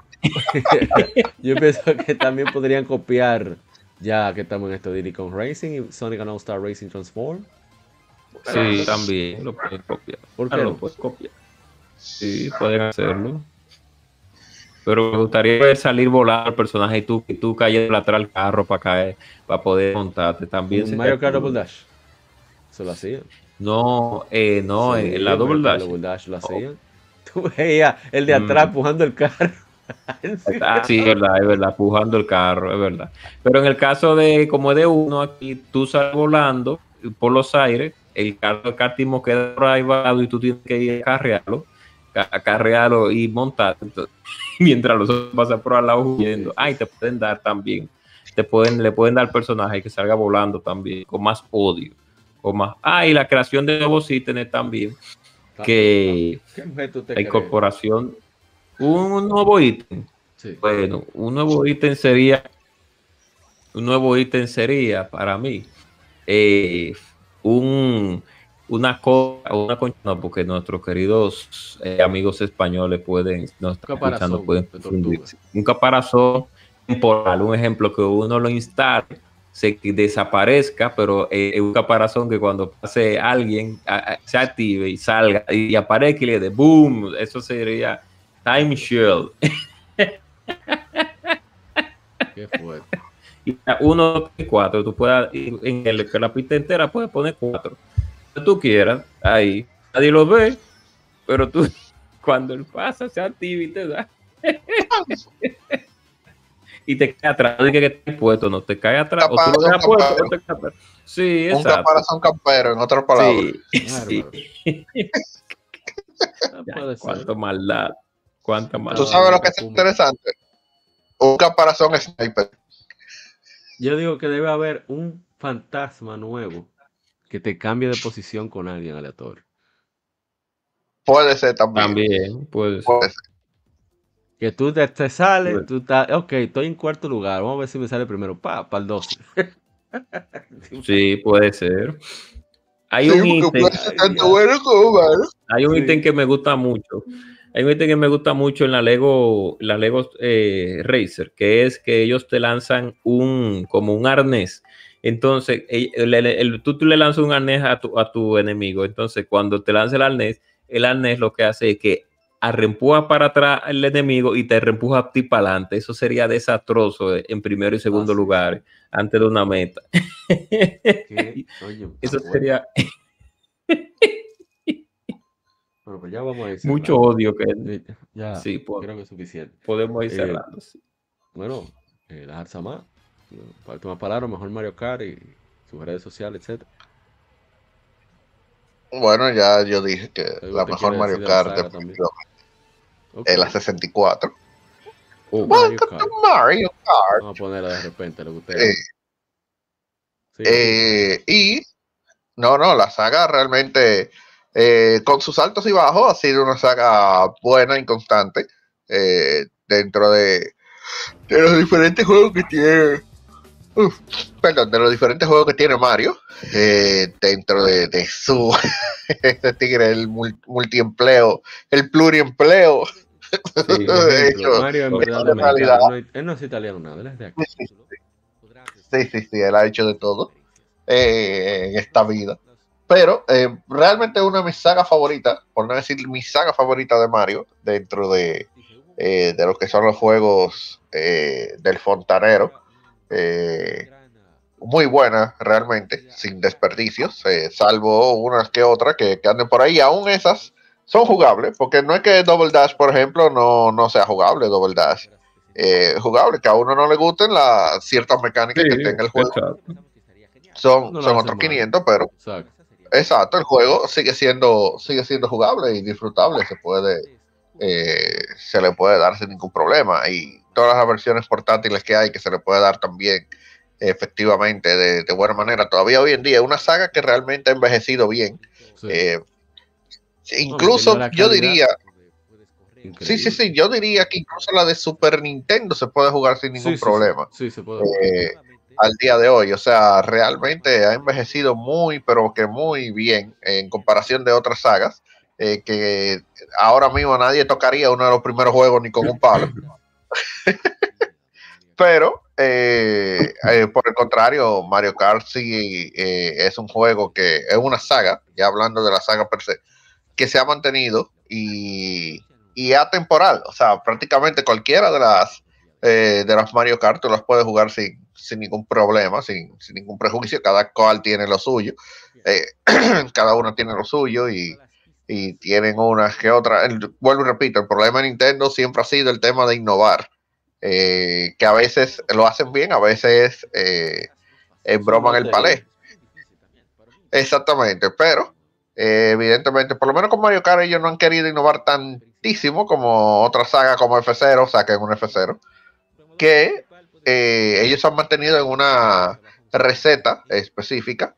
Yo pienso que también podrían copiar, ya que estamos en esto, Diddy Kong Racing y Sonic and All Star Racing Transform. Sí, también lo pueden copiar. ¿Por qué Ah, no? lo pueden copiar. Sí, pueden hacerlo. Pero me gustaría ver salir volando el personaje y tú, y tú cayendo atrás del carro para caer, para poder montarte. También En se Mario te- Kart Double Dash. Eso lo hacían. No, eh, no, Sí, en, en la Double Mario Kart Dash. Double Dash lo hacían. Tú veías el de atrás Mm. empujando el carro. Ah, sí, es verdad, es verdad, pujando el carro, es verdad. Pero en el caso de, como es de uno, aquí tú sales volando por los aires, el carro de kartismo queda por ahí varado y tú tienes que ir a carrearlo, ca- a carrearlo y montar. Entonces, mientras los otros pasan por al lado huyendo. Ay, te pueden dar también, te pueden, le pueden dar personaje que salga volando también, con más odio. Con más. Ah, y la creación de nuevos ítems también, que ¿Qué objeto usted la cree? incorporación, un nuevo ítem. Sí. Bueno, un nuevo ítem sería, un nuevo ítem sería para mí eh, un, una cosa, una concha, no, porque nuestros queridos eh, amigos españoles pueden, no están caparazón escuchando, pueden de tortuga. confundirse. Un caparazón temporal, un ejemplo que uno lo instale, se desaparezca, pero es eh, un caparazón que cuando pase alguien a, a, se active y salga y aparezca y le dé boom, eso sería Time Shield. Qué fuerte. Y uno y cuatro, tú puedes, en el, que la pista entera puedes poner cuatro. Si tú quieras, ahí, nadie lo ve, pero tú, cuando él pasa, se activa y te da. Y te cae atrás, no digas que te puesto, no te cae atrás, o tú lo dejas puesto, o te cae atrás. Sí, Un exacto. caparazón campero, en otras palabras. Sí, sí. No Ya, puede ser. cuánta maldad, cuánta ¿Tú maldad. sabes lo que es interesante? Un caparazón sniper. Yo digo que debe haber un fantasma nuevo que te cambie de posición con alguien aleatorio. Puede ser también. También, pues. Puede ser. Que tú te, te sales, Bueno. tú estás, ok, estoy en cuarto lugar, vamos a ver si me sale primero, pa, para el doce. Sí, puede ser. Hay Sí, un porque ítem, puede ser Ay, tanto Dios. bueno como malo. hay un Sí. ítem que me gusta mucho. Hay un ítem que me gusta mucho en la Lego, la Lego eh, Racer, que es que ellos te lanzan un, como un arnés. Entonces, el, el- el- tú, tú le lanzas un arnés a tu, a tu enemigo. Entonces, cuando te lanza el arnés, el arnés lo que hace es que arrempuja para atrás al enemigo y te reempuja a ti para adelante. Eso sería desastroso en primero y segundo Ah, sí, lugar, antes de una meta. Que, oye, Eso bueno, sería bueno, pues ya vamos a ir mucho cerrando. odio que Eh, Ya, sí, po- creo que es suficiente. podemos ir Eh, cerrando. Sí. Bueno, eh, la Arzama, para últimas palabras, mejor Mario Kart y sus redes sociales, etcétera. Bueno, ya yo dije que Algo la te mejor quiere Mario decir de la Kart saga también. definitivamente Ok. es la sesenta y cuatro. Oh, Mario Welcome Kart. to Mario Kart. Vamos a ponerla de repente, lo que usted Eh, ama. Sí, sí. eh, y no, no, la saga realmente, eh, con sus altos y bajos, ha sido una saga buena y constante eh, dentro de, de los diferentes juegos que tiene. Uf, perdón, de los diferentes juegos que tiene Mario, eh, dentro de, de su este tigre, el mul- multiempleo, el pluriempleo. Sí, ejemplo, hecho, Mario en total. verdad es de realidad. dominicano. No, es- él no es italiano nada, él es de aquí. Sí, sí, sí, sí, sí, él ha hecho de todo eh, en esta vida. Pero eh, realmente una de mis sagas favoritas, por no decir mi saga favorita de Mario, dentro de, eh, de lo que son los juegos eh, del fontanero, eh, muy buena realmente, sin desperdicios, eh, salvo unas que otras que, que anden por ahí. Aún esas son jugables, porque no es que Double Dash, por ejemplo, no, no sea jugable, Double Dash. Eh, jugable, que a uno no le gusten las ciertas mecánicas Sí, que tenga el juego, exacto. son, No lo son hace otros mal. quinientos, pero Exacto. exacto, el juego sigue siendo, sigue siendo jugable y disfrutable, se puede, eh, se le puede dar sin ningún problema. Y todas las versiones portátiles que hay que se le puede dar también efectivamente de, de buena manera. Todavía hoy en día es una saga que realmente ha envejecido bien. Sí. Eh, No, incluso metiendo la yo calidad, diría, sí, increíble. sí, sí, yo diría que incluso la de Super Nintendo se puede jugar sin ningún Sí, sí, sí. problema. Sí, se puede jugar. Eh, al día de hoy, o sea, realmente ha envejecido muy, pero que muy bien en comparación de otras sagas, eh, que ahora mismo nadie tocaría uno de los primeros juegos ni con un palo. Pero, eh, eh, por el contrario, Mario Kart sí eh, es un juego que es una saga, ya hablando de la saga per se, que se ha mantenido y, y atemporal. O sea, prácticamente cualquiera de las eh, de las Mario Kart tú las puedes jugar sin, sin ningún problema, sin, sin ningún prejuicio. Cada cual tiene lo suyo. Eh, cada uno tiene lo suyo y, y tienen unas que otras. El, vuelvo y repito, el problema de Nintendo siempre ha sido el tema de innovar. Eh, que a veces lo hacen bien, a veces eh, embroman el palé. Exactamente, pero eh, evidentemente, por lo menos con Mario Kart ellos no han querido innovar tantísimo como otra saga como F cero, o sea, que es un F cero, que eh, ellos han mantenido en una receta específica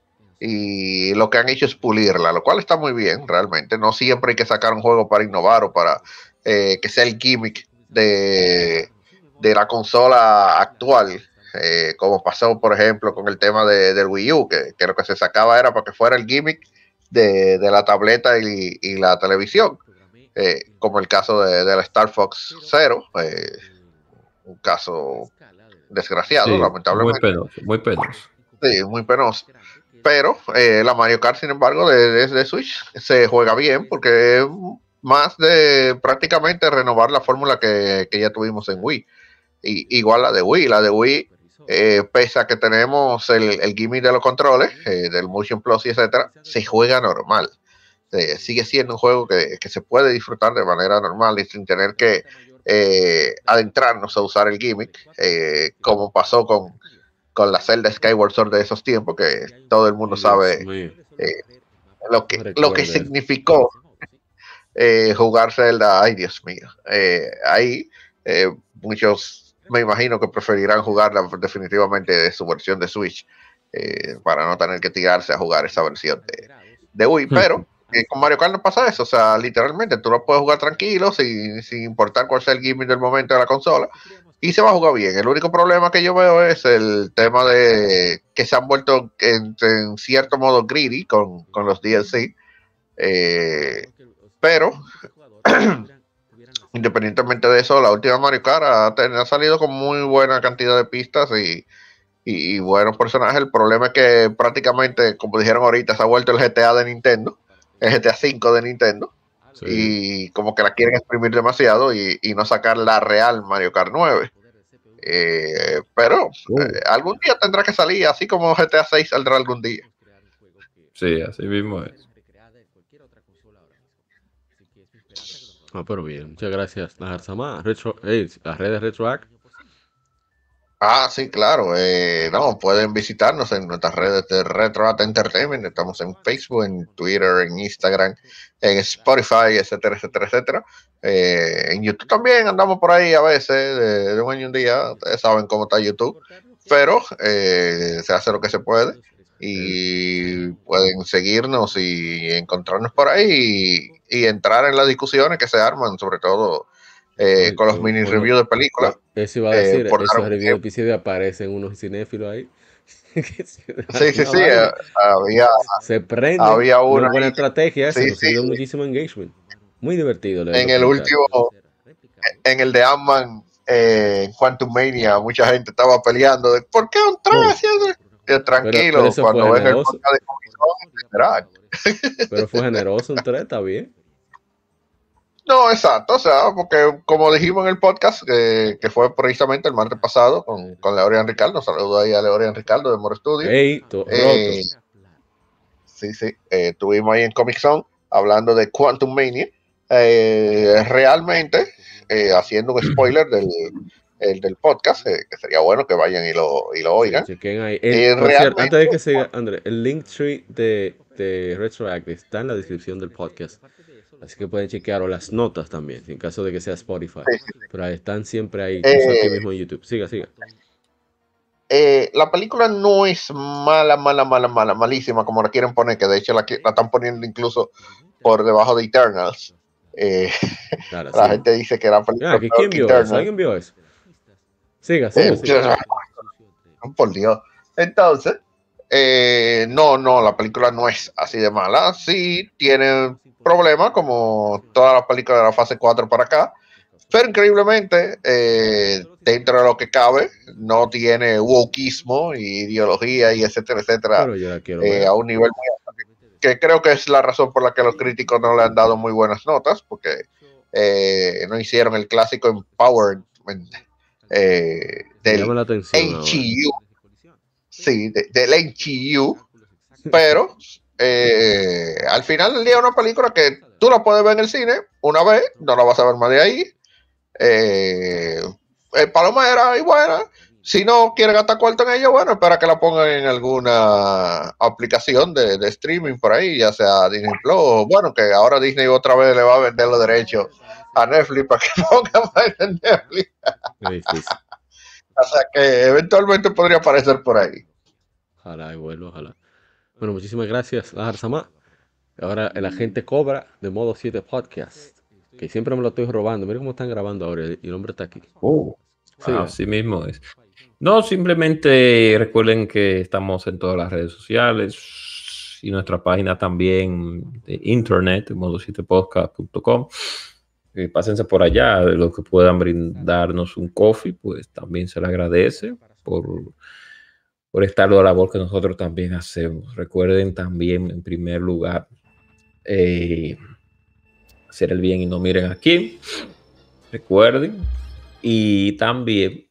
y lo que han hecho es pulirla, lo cual está muy bien realmente. No siempre hay que sacar un juego para innovar o para eh, que sea el gimmick de, de la consola actual. Eh, como pasó, por ejemplo, con el tema de, del Wii U, que, que lo que se sacaba era para que fuera el gimmick de, de la tableta y, y la televisión, eh, como el caso de, de la Star Fox Zero, eh, un caso desgraciado, Sí, muy lamentablemente. penoso, muy penoso. Sí, muy penoso. Pero eh, la Mario Kart, sin embargo, de, de, de Switch se juega bien porque es más de prácticamente renovar la fórmula que, que ya tuvimos en Wii. Y, igual la de Wii, la de Wii, eh, pese a que tenemos el, el gimmick de los controles, eh, del Motion Plus y etcétera, se juega normal. Eh, sigue siendo un juego que, que se puede disfrutar de manera normal y sin tener que eh, adentrarnos a usar el gimmick, eh, como pasó con, con la Zelda Skyward Sword de esos tiempos, que todo el mundo Dios sabe mío. eh, lo, que, No lo que recuerde eso. significó eh, jugar Zelda. Ay, Dios mío. Eh, ahí eh, muchos me imagino que preferirán jugarla definitivamente de su versión de Switch. eh, para no tener que tirarse a jugar esa versión de, de Wii, pero eh, con Mario Kart no pasa eso, o sea, literalmente tú lo puedes jugar tranquilo, sin, sin importar cuál sea el gimmick del momento de la consola, y se va a jugar bien. El único problema que yo veo es el tema de que se han vuelto en, en cierto modo greedy con, con los D L C, eh, pero independientemente de eso, la última Mario Kart ha, ha salido con muy buena cantidad de pistas y, y, y buenos personajes. El problema es que prácticamente, como dijeron ahorita, se ha vuelto el G T A de Nintendo, el G T A cinco de Nintendo, sí. Y como que la quieren exprimir demasiado y, y no sacar la real Mario Kart nueve. Eh, pero uh. eh, algún día tendrá que salir, así como G T A seis saldrá algún día. Sí, así mismo es. Ah, pero bien, muchas gracias, Najar-sama. Retro, hey, las redes RetroAct. Ah, sí, claro. Eh, no, pueden visitarnos en nuestras redes de RetroAct Entertainment. Estamos en Facebook, en Twitter, en Instagram, en Spotify, etcétera, etcétera, etcétera. Eh, en YouTube también andamos por ahí a veces, de, de un año y un día. Ustedes saben cómo está YouTube. Pero eh, se hace lo que se puede. Y pueden seguirnos y encontrarnos por ahí y, y entrar en las discusiones que se arman, sobre todo eh, Ay, con los mini bueno, reviews de películas. Eso iba a decir, eh, esos reviews de episodio aparecen unos cinéfilos ahí. sí, sí, sí. Eh, había, se prende. Había una, una buena estrategia, sí, eso, sí, sí. muchísimo engagement. Muy divertido. En el último, en el de Ant-Man, eh, Quantum Mania, mucha gente estaba peleando de ¿por qué un traje? Tranquilo, pero, pero cuando ven el podcast de Comic-Con, pero fue generoso un tres, está bien. No, exacto, o sea, porque como dijimos en el podcast, que, que fue precisamente el martes pasado con, con Leorian Ricardo, saludo ahí a Leorian Ricardo de More Studio. Hey, to, eh, sí, sí, eh, estuvimos ahí en Comic Zone hablando de Quantum Mania, eh, realmente eh, haciendo un spoiler del, el, del podcast, eh, que sería bueno que vayan y lo, y lo oigan. Sí, ahí. El, eh, por realmente, cierto, antes de que siga, André, el link tree de, de RetroAct está en la descripción del podcast. Así que pueden chequear o las notas también, en caso de que sea Spotify. Sí, sí. Pero ahí están siempre ahí, eh, aquí mismo en YouTube. Siga, siga. Eh, la película no es mala, mala, mala, mala, malísima como la quieren poner, que de hecho la, la están poniendo incluso por debajo de Eternals. Eh, claro, la sí. gente dice que la película ah, ¿quién vio Eternals. Eso? ¿Alguien vio eso? Siga, siga, eh, siga. Por Dios. Entonces, eh, no, no, la película no es así de mala. Sí tiene problemas como todas las películas de la fase cuatro para acá, pero increíblemente eh, dentro de lo que cabe no tiene wokeismo y ideología y etcétera, etcétera, eh, a un nivel muy alto, que creo que es la razón por la que los críticos no le han dado muy buenas notas, porque eh, no hicieron el clásico empowerment eh, del H U, sí, de, del H U, pero Eh, al final del día es una película que tú la puedes ver en el cine una vez, no la vas a ver más de ahí. Eh, eh, palomera y buena. Si no quieren gastar cuarto en ella, bueno, espera que la pongan en alguna aplicación de, de streaming por ahí, ya sea Disney Plus, o bueno, que ahora Disney otra vez le va a vender los derechos a Netflix para que ponga más en Netflix. O sea que eventualmente podría aparecer por ahí. Ojalá y vuelva, ojalá. Bueno, muchísimas gracias, Najar-sama. Ahora el agente Cobra de Modo siete Podcast, que siempre me lo estoy robando. Mira cómo están grabando ahora y el hombre está aquí. Oh, sí, así mismo es. No, simplemente recuerden que estamos en todas las redes sociales y nuestra página también de internet, modo siete podcast punto com. Eh, pásense por allá, de los que puedan brindarnos un coffee, pues también se le agradece por... por esta labor que nosotros también hacemos. Recuerden también, en primer lugar, eh, hacer el bien y no miren aquí. Recuerden. Y también,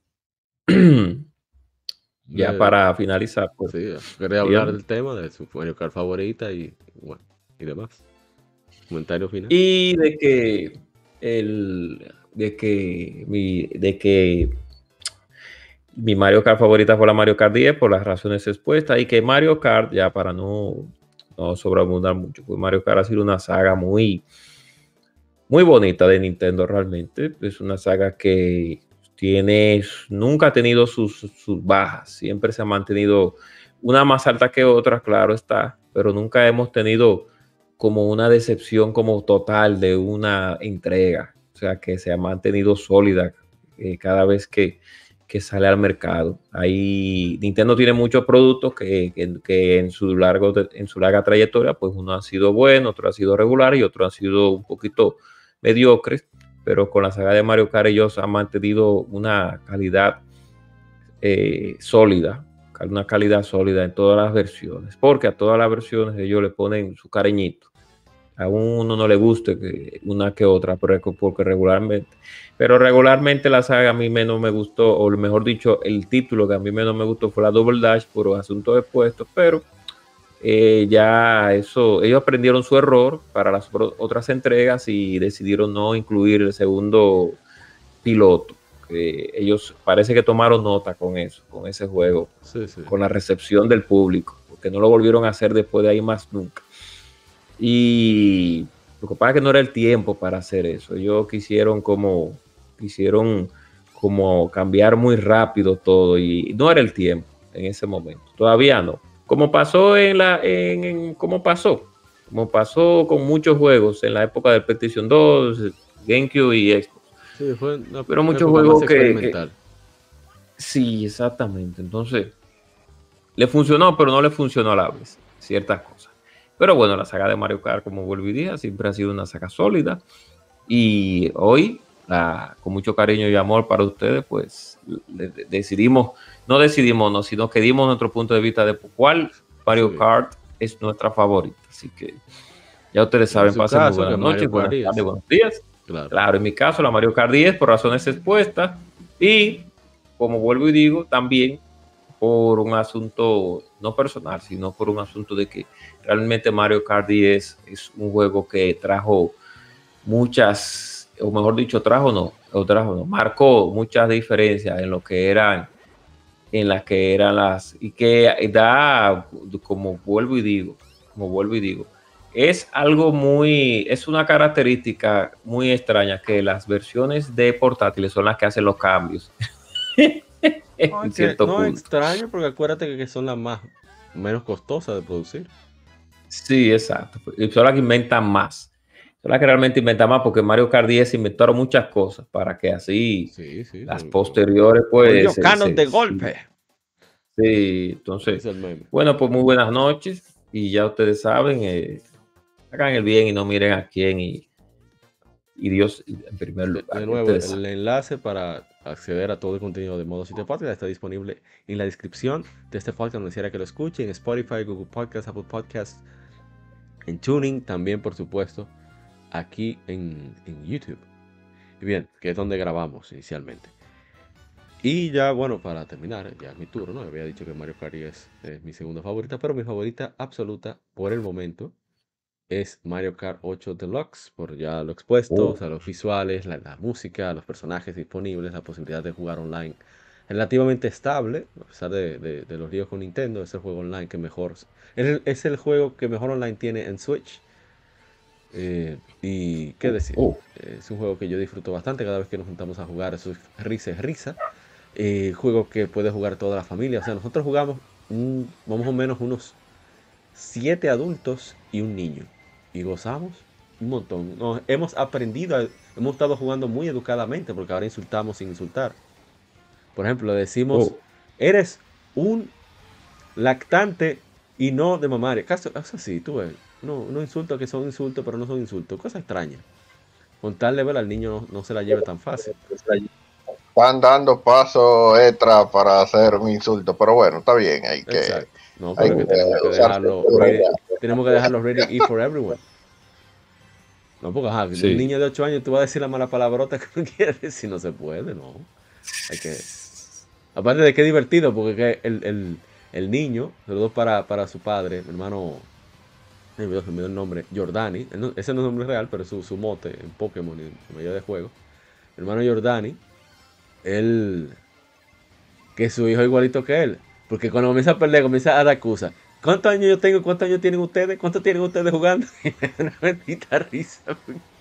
ya eh, para finalizar, pues, sí, quería hablar bien. del tema de su Mario Kart favorita y, bueno, y demás. Comentario final. Y de que el de que mi de que mi Mario Kart favorita fue la Mario Kart diez por las razones expuestas, y que Mario Kart, ya para no, no sobreabundar mucho, pues Mario Kart ha sido una saga muy, muy bonita de Nintendo realmente. Es una saga que tiene, nunca ha tenido sus, sus bajas, siempre se ha mantenido una más alta que otra, claro está, pero nunca hemos tenido como una decepción como total de una entrega, o sea, que se ha mantenido sólida eh, cada vez que, que sale al mercado. Ahí Nintendo tiene muchos productos que, que, que en, su largo, en su larga trayectoria, pues uno ha sido bueno, otro ha sido regular y otro ha sido un poquito mediocres, pero con la saga de Mario Kart ellos han mantenido una calidad eh, sólida, una calidad sólida en todas las versiones, porque a todas las versiones ellos le ponen su cariñito. A uno no le guste que una que otra, porque regularmente, pero regularmente la saga a mí menos me gustó, o mejor dicho, el título que a mí menos me gustó fue la Double Dash por asuntos de puestos, pero eh, ya eso, ellos aprendieron su error para las otras entregas y decidieron no incluir el segundo piloto. Eh, ellos parece que tomaron nota con eso, con ese juego, Sí, sí. con la recepción del público, porque no lo volvieron a hacer después de ahí más nunca. Y lo que pasa es que no era el tiempo para hacer eso. Ellos quisieron como, quisieron como cambiar muy rápido todo y no era el tiempo en ese momento. Todavía no. Como pasó en la, en, en como pasó, como pasó con muchos juegos en la época del PlayStation dos, GameCube y Xbox. Sí, fue una, pero muchos época juegos más que, experimental. que sí, exactamente. Entonces le funcionó, pero no le funcionó a la vez ciertas cosas. Pero bueno, la saga de Mario Kart, como vuelvo y dije, siempre ha sido una saga sólida. Y hoy, la, con mucho cariño y amor para ustedes, pues le, le, decidimos, no decidimos, no, sino que dimos nuestro punto de vista de cuál Mario sí. Kart es nuestra favorita. Así que ya ustedes saben, pasen muy buenas noches, buenas tardes, buenos días. Claro. claro, en mi caso, la Mario Kart diez por razones expuestas. Y, como vuelvo y digo, también por un asunto no personal, sino por un asunto de que realmente Mario Kart diez es un juego que trajo muchas, o mejor dicho, trajo no, o trajo no, marcó muchas diferencias en lo que eran, en las que eran las, y que da, como vuelvo y digo, como vuelvo y digo, es algo muy, es una característica muy extraña que las versiones de portátiles son las que hacen los cambios. No, es, que no es extraño porque acuérdate que son las más menos costosas de producir. Sí, exacto. Y son las que inventan más. Son las que realmente inventan más porque Mario Kart diez inventaron muchas cosas para que así sí, sí, las sí, posteriores pues... Canos de golpe. Sí, entonces, bueno, pues muy buenas noches y ya ustedes saben, eh, hagan el bien y no miren a quién y, y Dios en primer lugar. De nuevo, el enlace para acceder a todo el contenido de Modo siete Podcast está disponible en la descripción de este podcast donde quiera que lo escuchen, en Spotify, Google Podcasts, Apple Podcasts, en Tuning, también por supuesto aquí en, en YouTube. Y bien, que es donde grabamos inicialmente. Y ya, bueno, para terminar, ya es mi turno, ¿no? Había dicho que Mario Kart es, es mi segunda favorita, pero mi favorita absoluta por el momento es Mario Kart ocho Deluxe, por ya lo expuesto, oh. o sea, los visuales, la, la música, los personajes disponibles, la posibilidad de jugar online relativamente estable, a pesar de, de, de los líos con Nintendo. Es el juego online que mejor, es el, es el juego que mejor online tiene en Switch. Eh, y qué decir, oh. es un juego que yo disfruto bastante cada vez que nos juntamos a jugar. Eso es risa, es risa. Eh, juego que puede jugar toda la familia. O sea, nosotros jugamos un, más o menos unos siete adultos y un niño. Y gozamos un montón. Nos hemos aprendido, a, hemos estado jugando muy educadamente porque ahora insultamos sin insultar. Por ejemplo, decimos, oh. eres un lactante y no de mamaria. Caso, es así, tú ves. No, no insultos que son insultos, pero no son insultos. Cosa extraña. Con tal level al niño no, no se la lleve tan fácil. Están dando pasos extra para hacer un insulto, pero bueno, está bien. Hay que, Exacto. No, pero que tenemos que dejarlo ready, tenemos que dejarlo ready y for everyone. No, porque ajá, sí. Un niño de ocho años tú vas a decir la mala palabrota que no quieres decir, no se puede, no. Hay que... Aparte de que es divertido, porque el, el, el niño, saludos para, para su padre, mi hermano, me dio el nombre, Jordani, no, ese no es el nombre real, pero es su, su mote en Pokémon y en mayoría de juegos. Mi hermano Jordani, él, que su hijo es igualito que él, porque cuando comienza a perder, comienza a dar excusas. ¿Cuántos años yo tengo? ¿Cuántos años tienen ustedes? ¿Cuántos tienen ustedes jugando? Una bendita risa.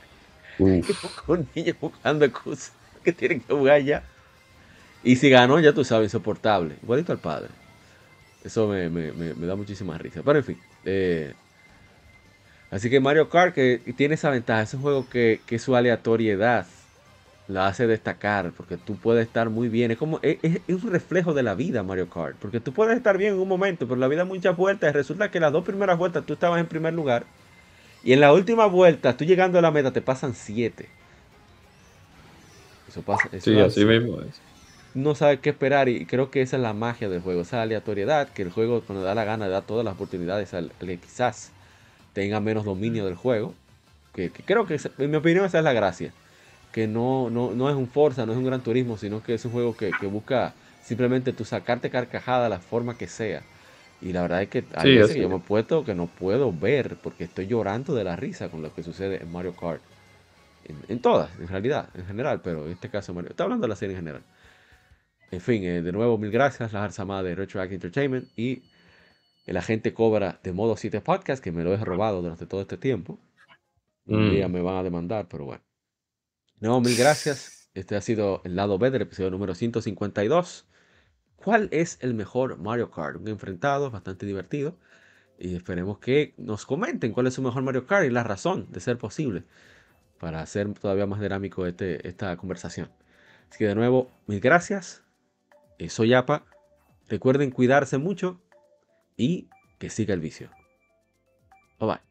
Un niño buscando excusas que tienen que jugar ya. Y si ganó, ya tú sabes, insoportable. Igualito al padre. Eso me, me, me, me da muchísima risa. Pero en fin. Eh, así que Mario Kart que tiene esa ventaja. Es un juego que, que su aleatoriedad la hace destacar. Porque tú puedes estar muy bien. Es como es, es un reflejo de la vida Mario Kart. Porque tú puedes estar bien en un momento. Pero la vida da muchas vueltas. Y resulta que las dos primeras vueltas tú estabas en primer lugar. Y en la última vuelta, tú llegando a la meta, te pasan siete. Eso pasa. Eso Sí, así hace- mismo es. no sabes qué esperar y creo que esa es la magia del juego, esa aleatoriedad, que el juego cuando da la gana da todas las oportunidades al al que quizás tenga menos dominio del juego, que, que creo que esa- en mi opinión esa es la gracia, que no, no, no es un Forza, no es un Gran Turismo, sino que es un juego que, que busca simplemente tú sacarte carcajada la forma que sea. Y la verdad es que hay Sí, veces así que yo me he es. puesto que no puedo ver porque estoy llorando de la risa con lo que sucede en Mario Kart. En, en todas, en realidad, en general, pero en este caso Mario. Está hablando de la serie en general. En fin, eh, de nuevo, mil gracias, la Arzamada de Retroact Entertainment y el agente Cobra de Modo siete Podcast, que me lo he robado durante todo este tiempo. Un día Mm. me van a demandar, pero bueno. No, mil gracias. Este ha sido el lado B del episodio número ciento cincuenta y dos. ¿Cuál es el mejor Mario Kart? Un enfrentado bastante divertido. Y esperemos que nos comenten cuál es su mejor Mario Kart y la razón de ser posible para hacer todavía más dinámico este, esta conversación. Así que de nuevo, mil gracias. Eh, soy Apa. Recuerden cuidarse mucho y que siga el vicio. Bye bye.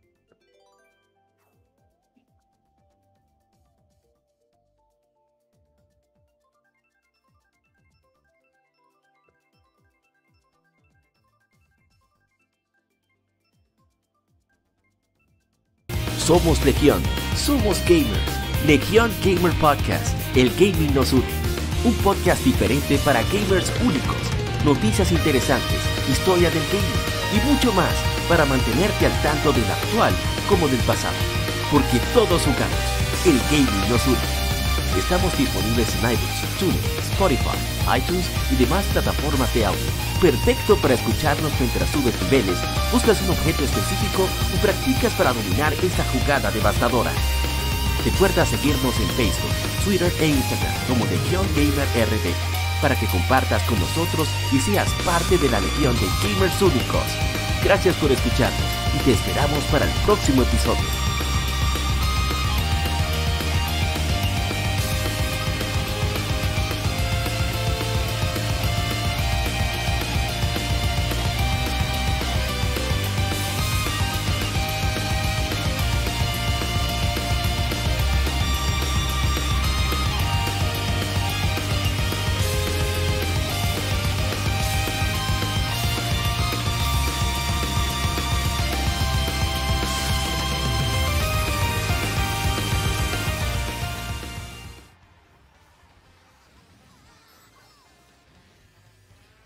Somos Legión, somos gamers. Legión Gamer Podcast, el gaming nos une. Un podcast diferente para gamers únicos, noticias interesantes, historia del gaming y mucho más para mantenerte al tanto del actual como del pasado. Porque todos jugamos, el gaming nos une. Estamos disponibles en iBooks, TuneIn, Spotify, iTunes y demás plataformas de audio. Perfecto para escucharnos mientras subes niveles, buscas un objeto específico o practicas para dominar esta jugada devastadora. Recuerda seguirnos en Facebook, Twitter e Instagram como Legión Gamer R D para que compartas con nosotros y seas parte de la legión de gamers únicos. Gracias por escucharnos y te esperamos para el próximo episodio.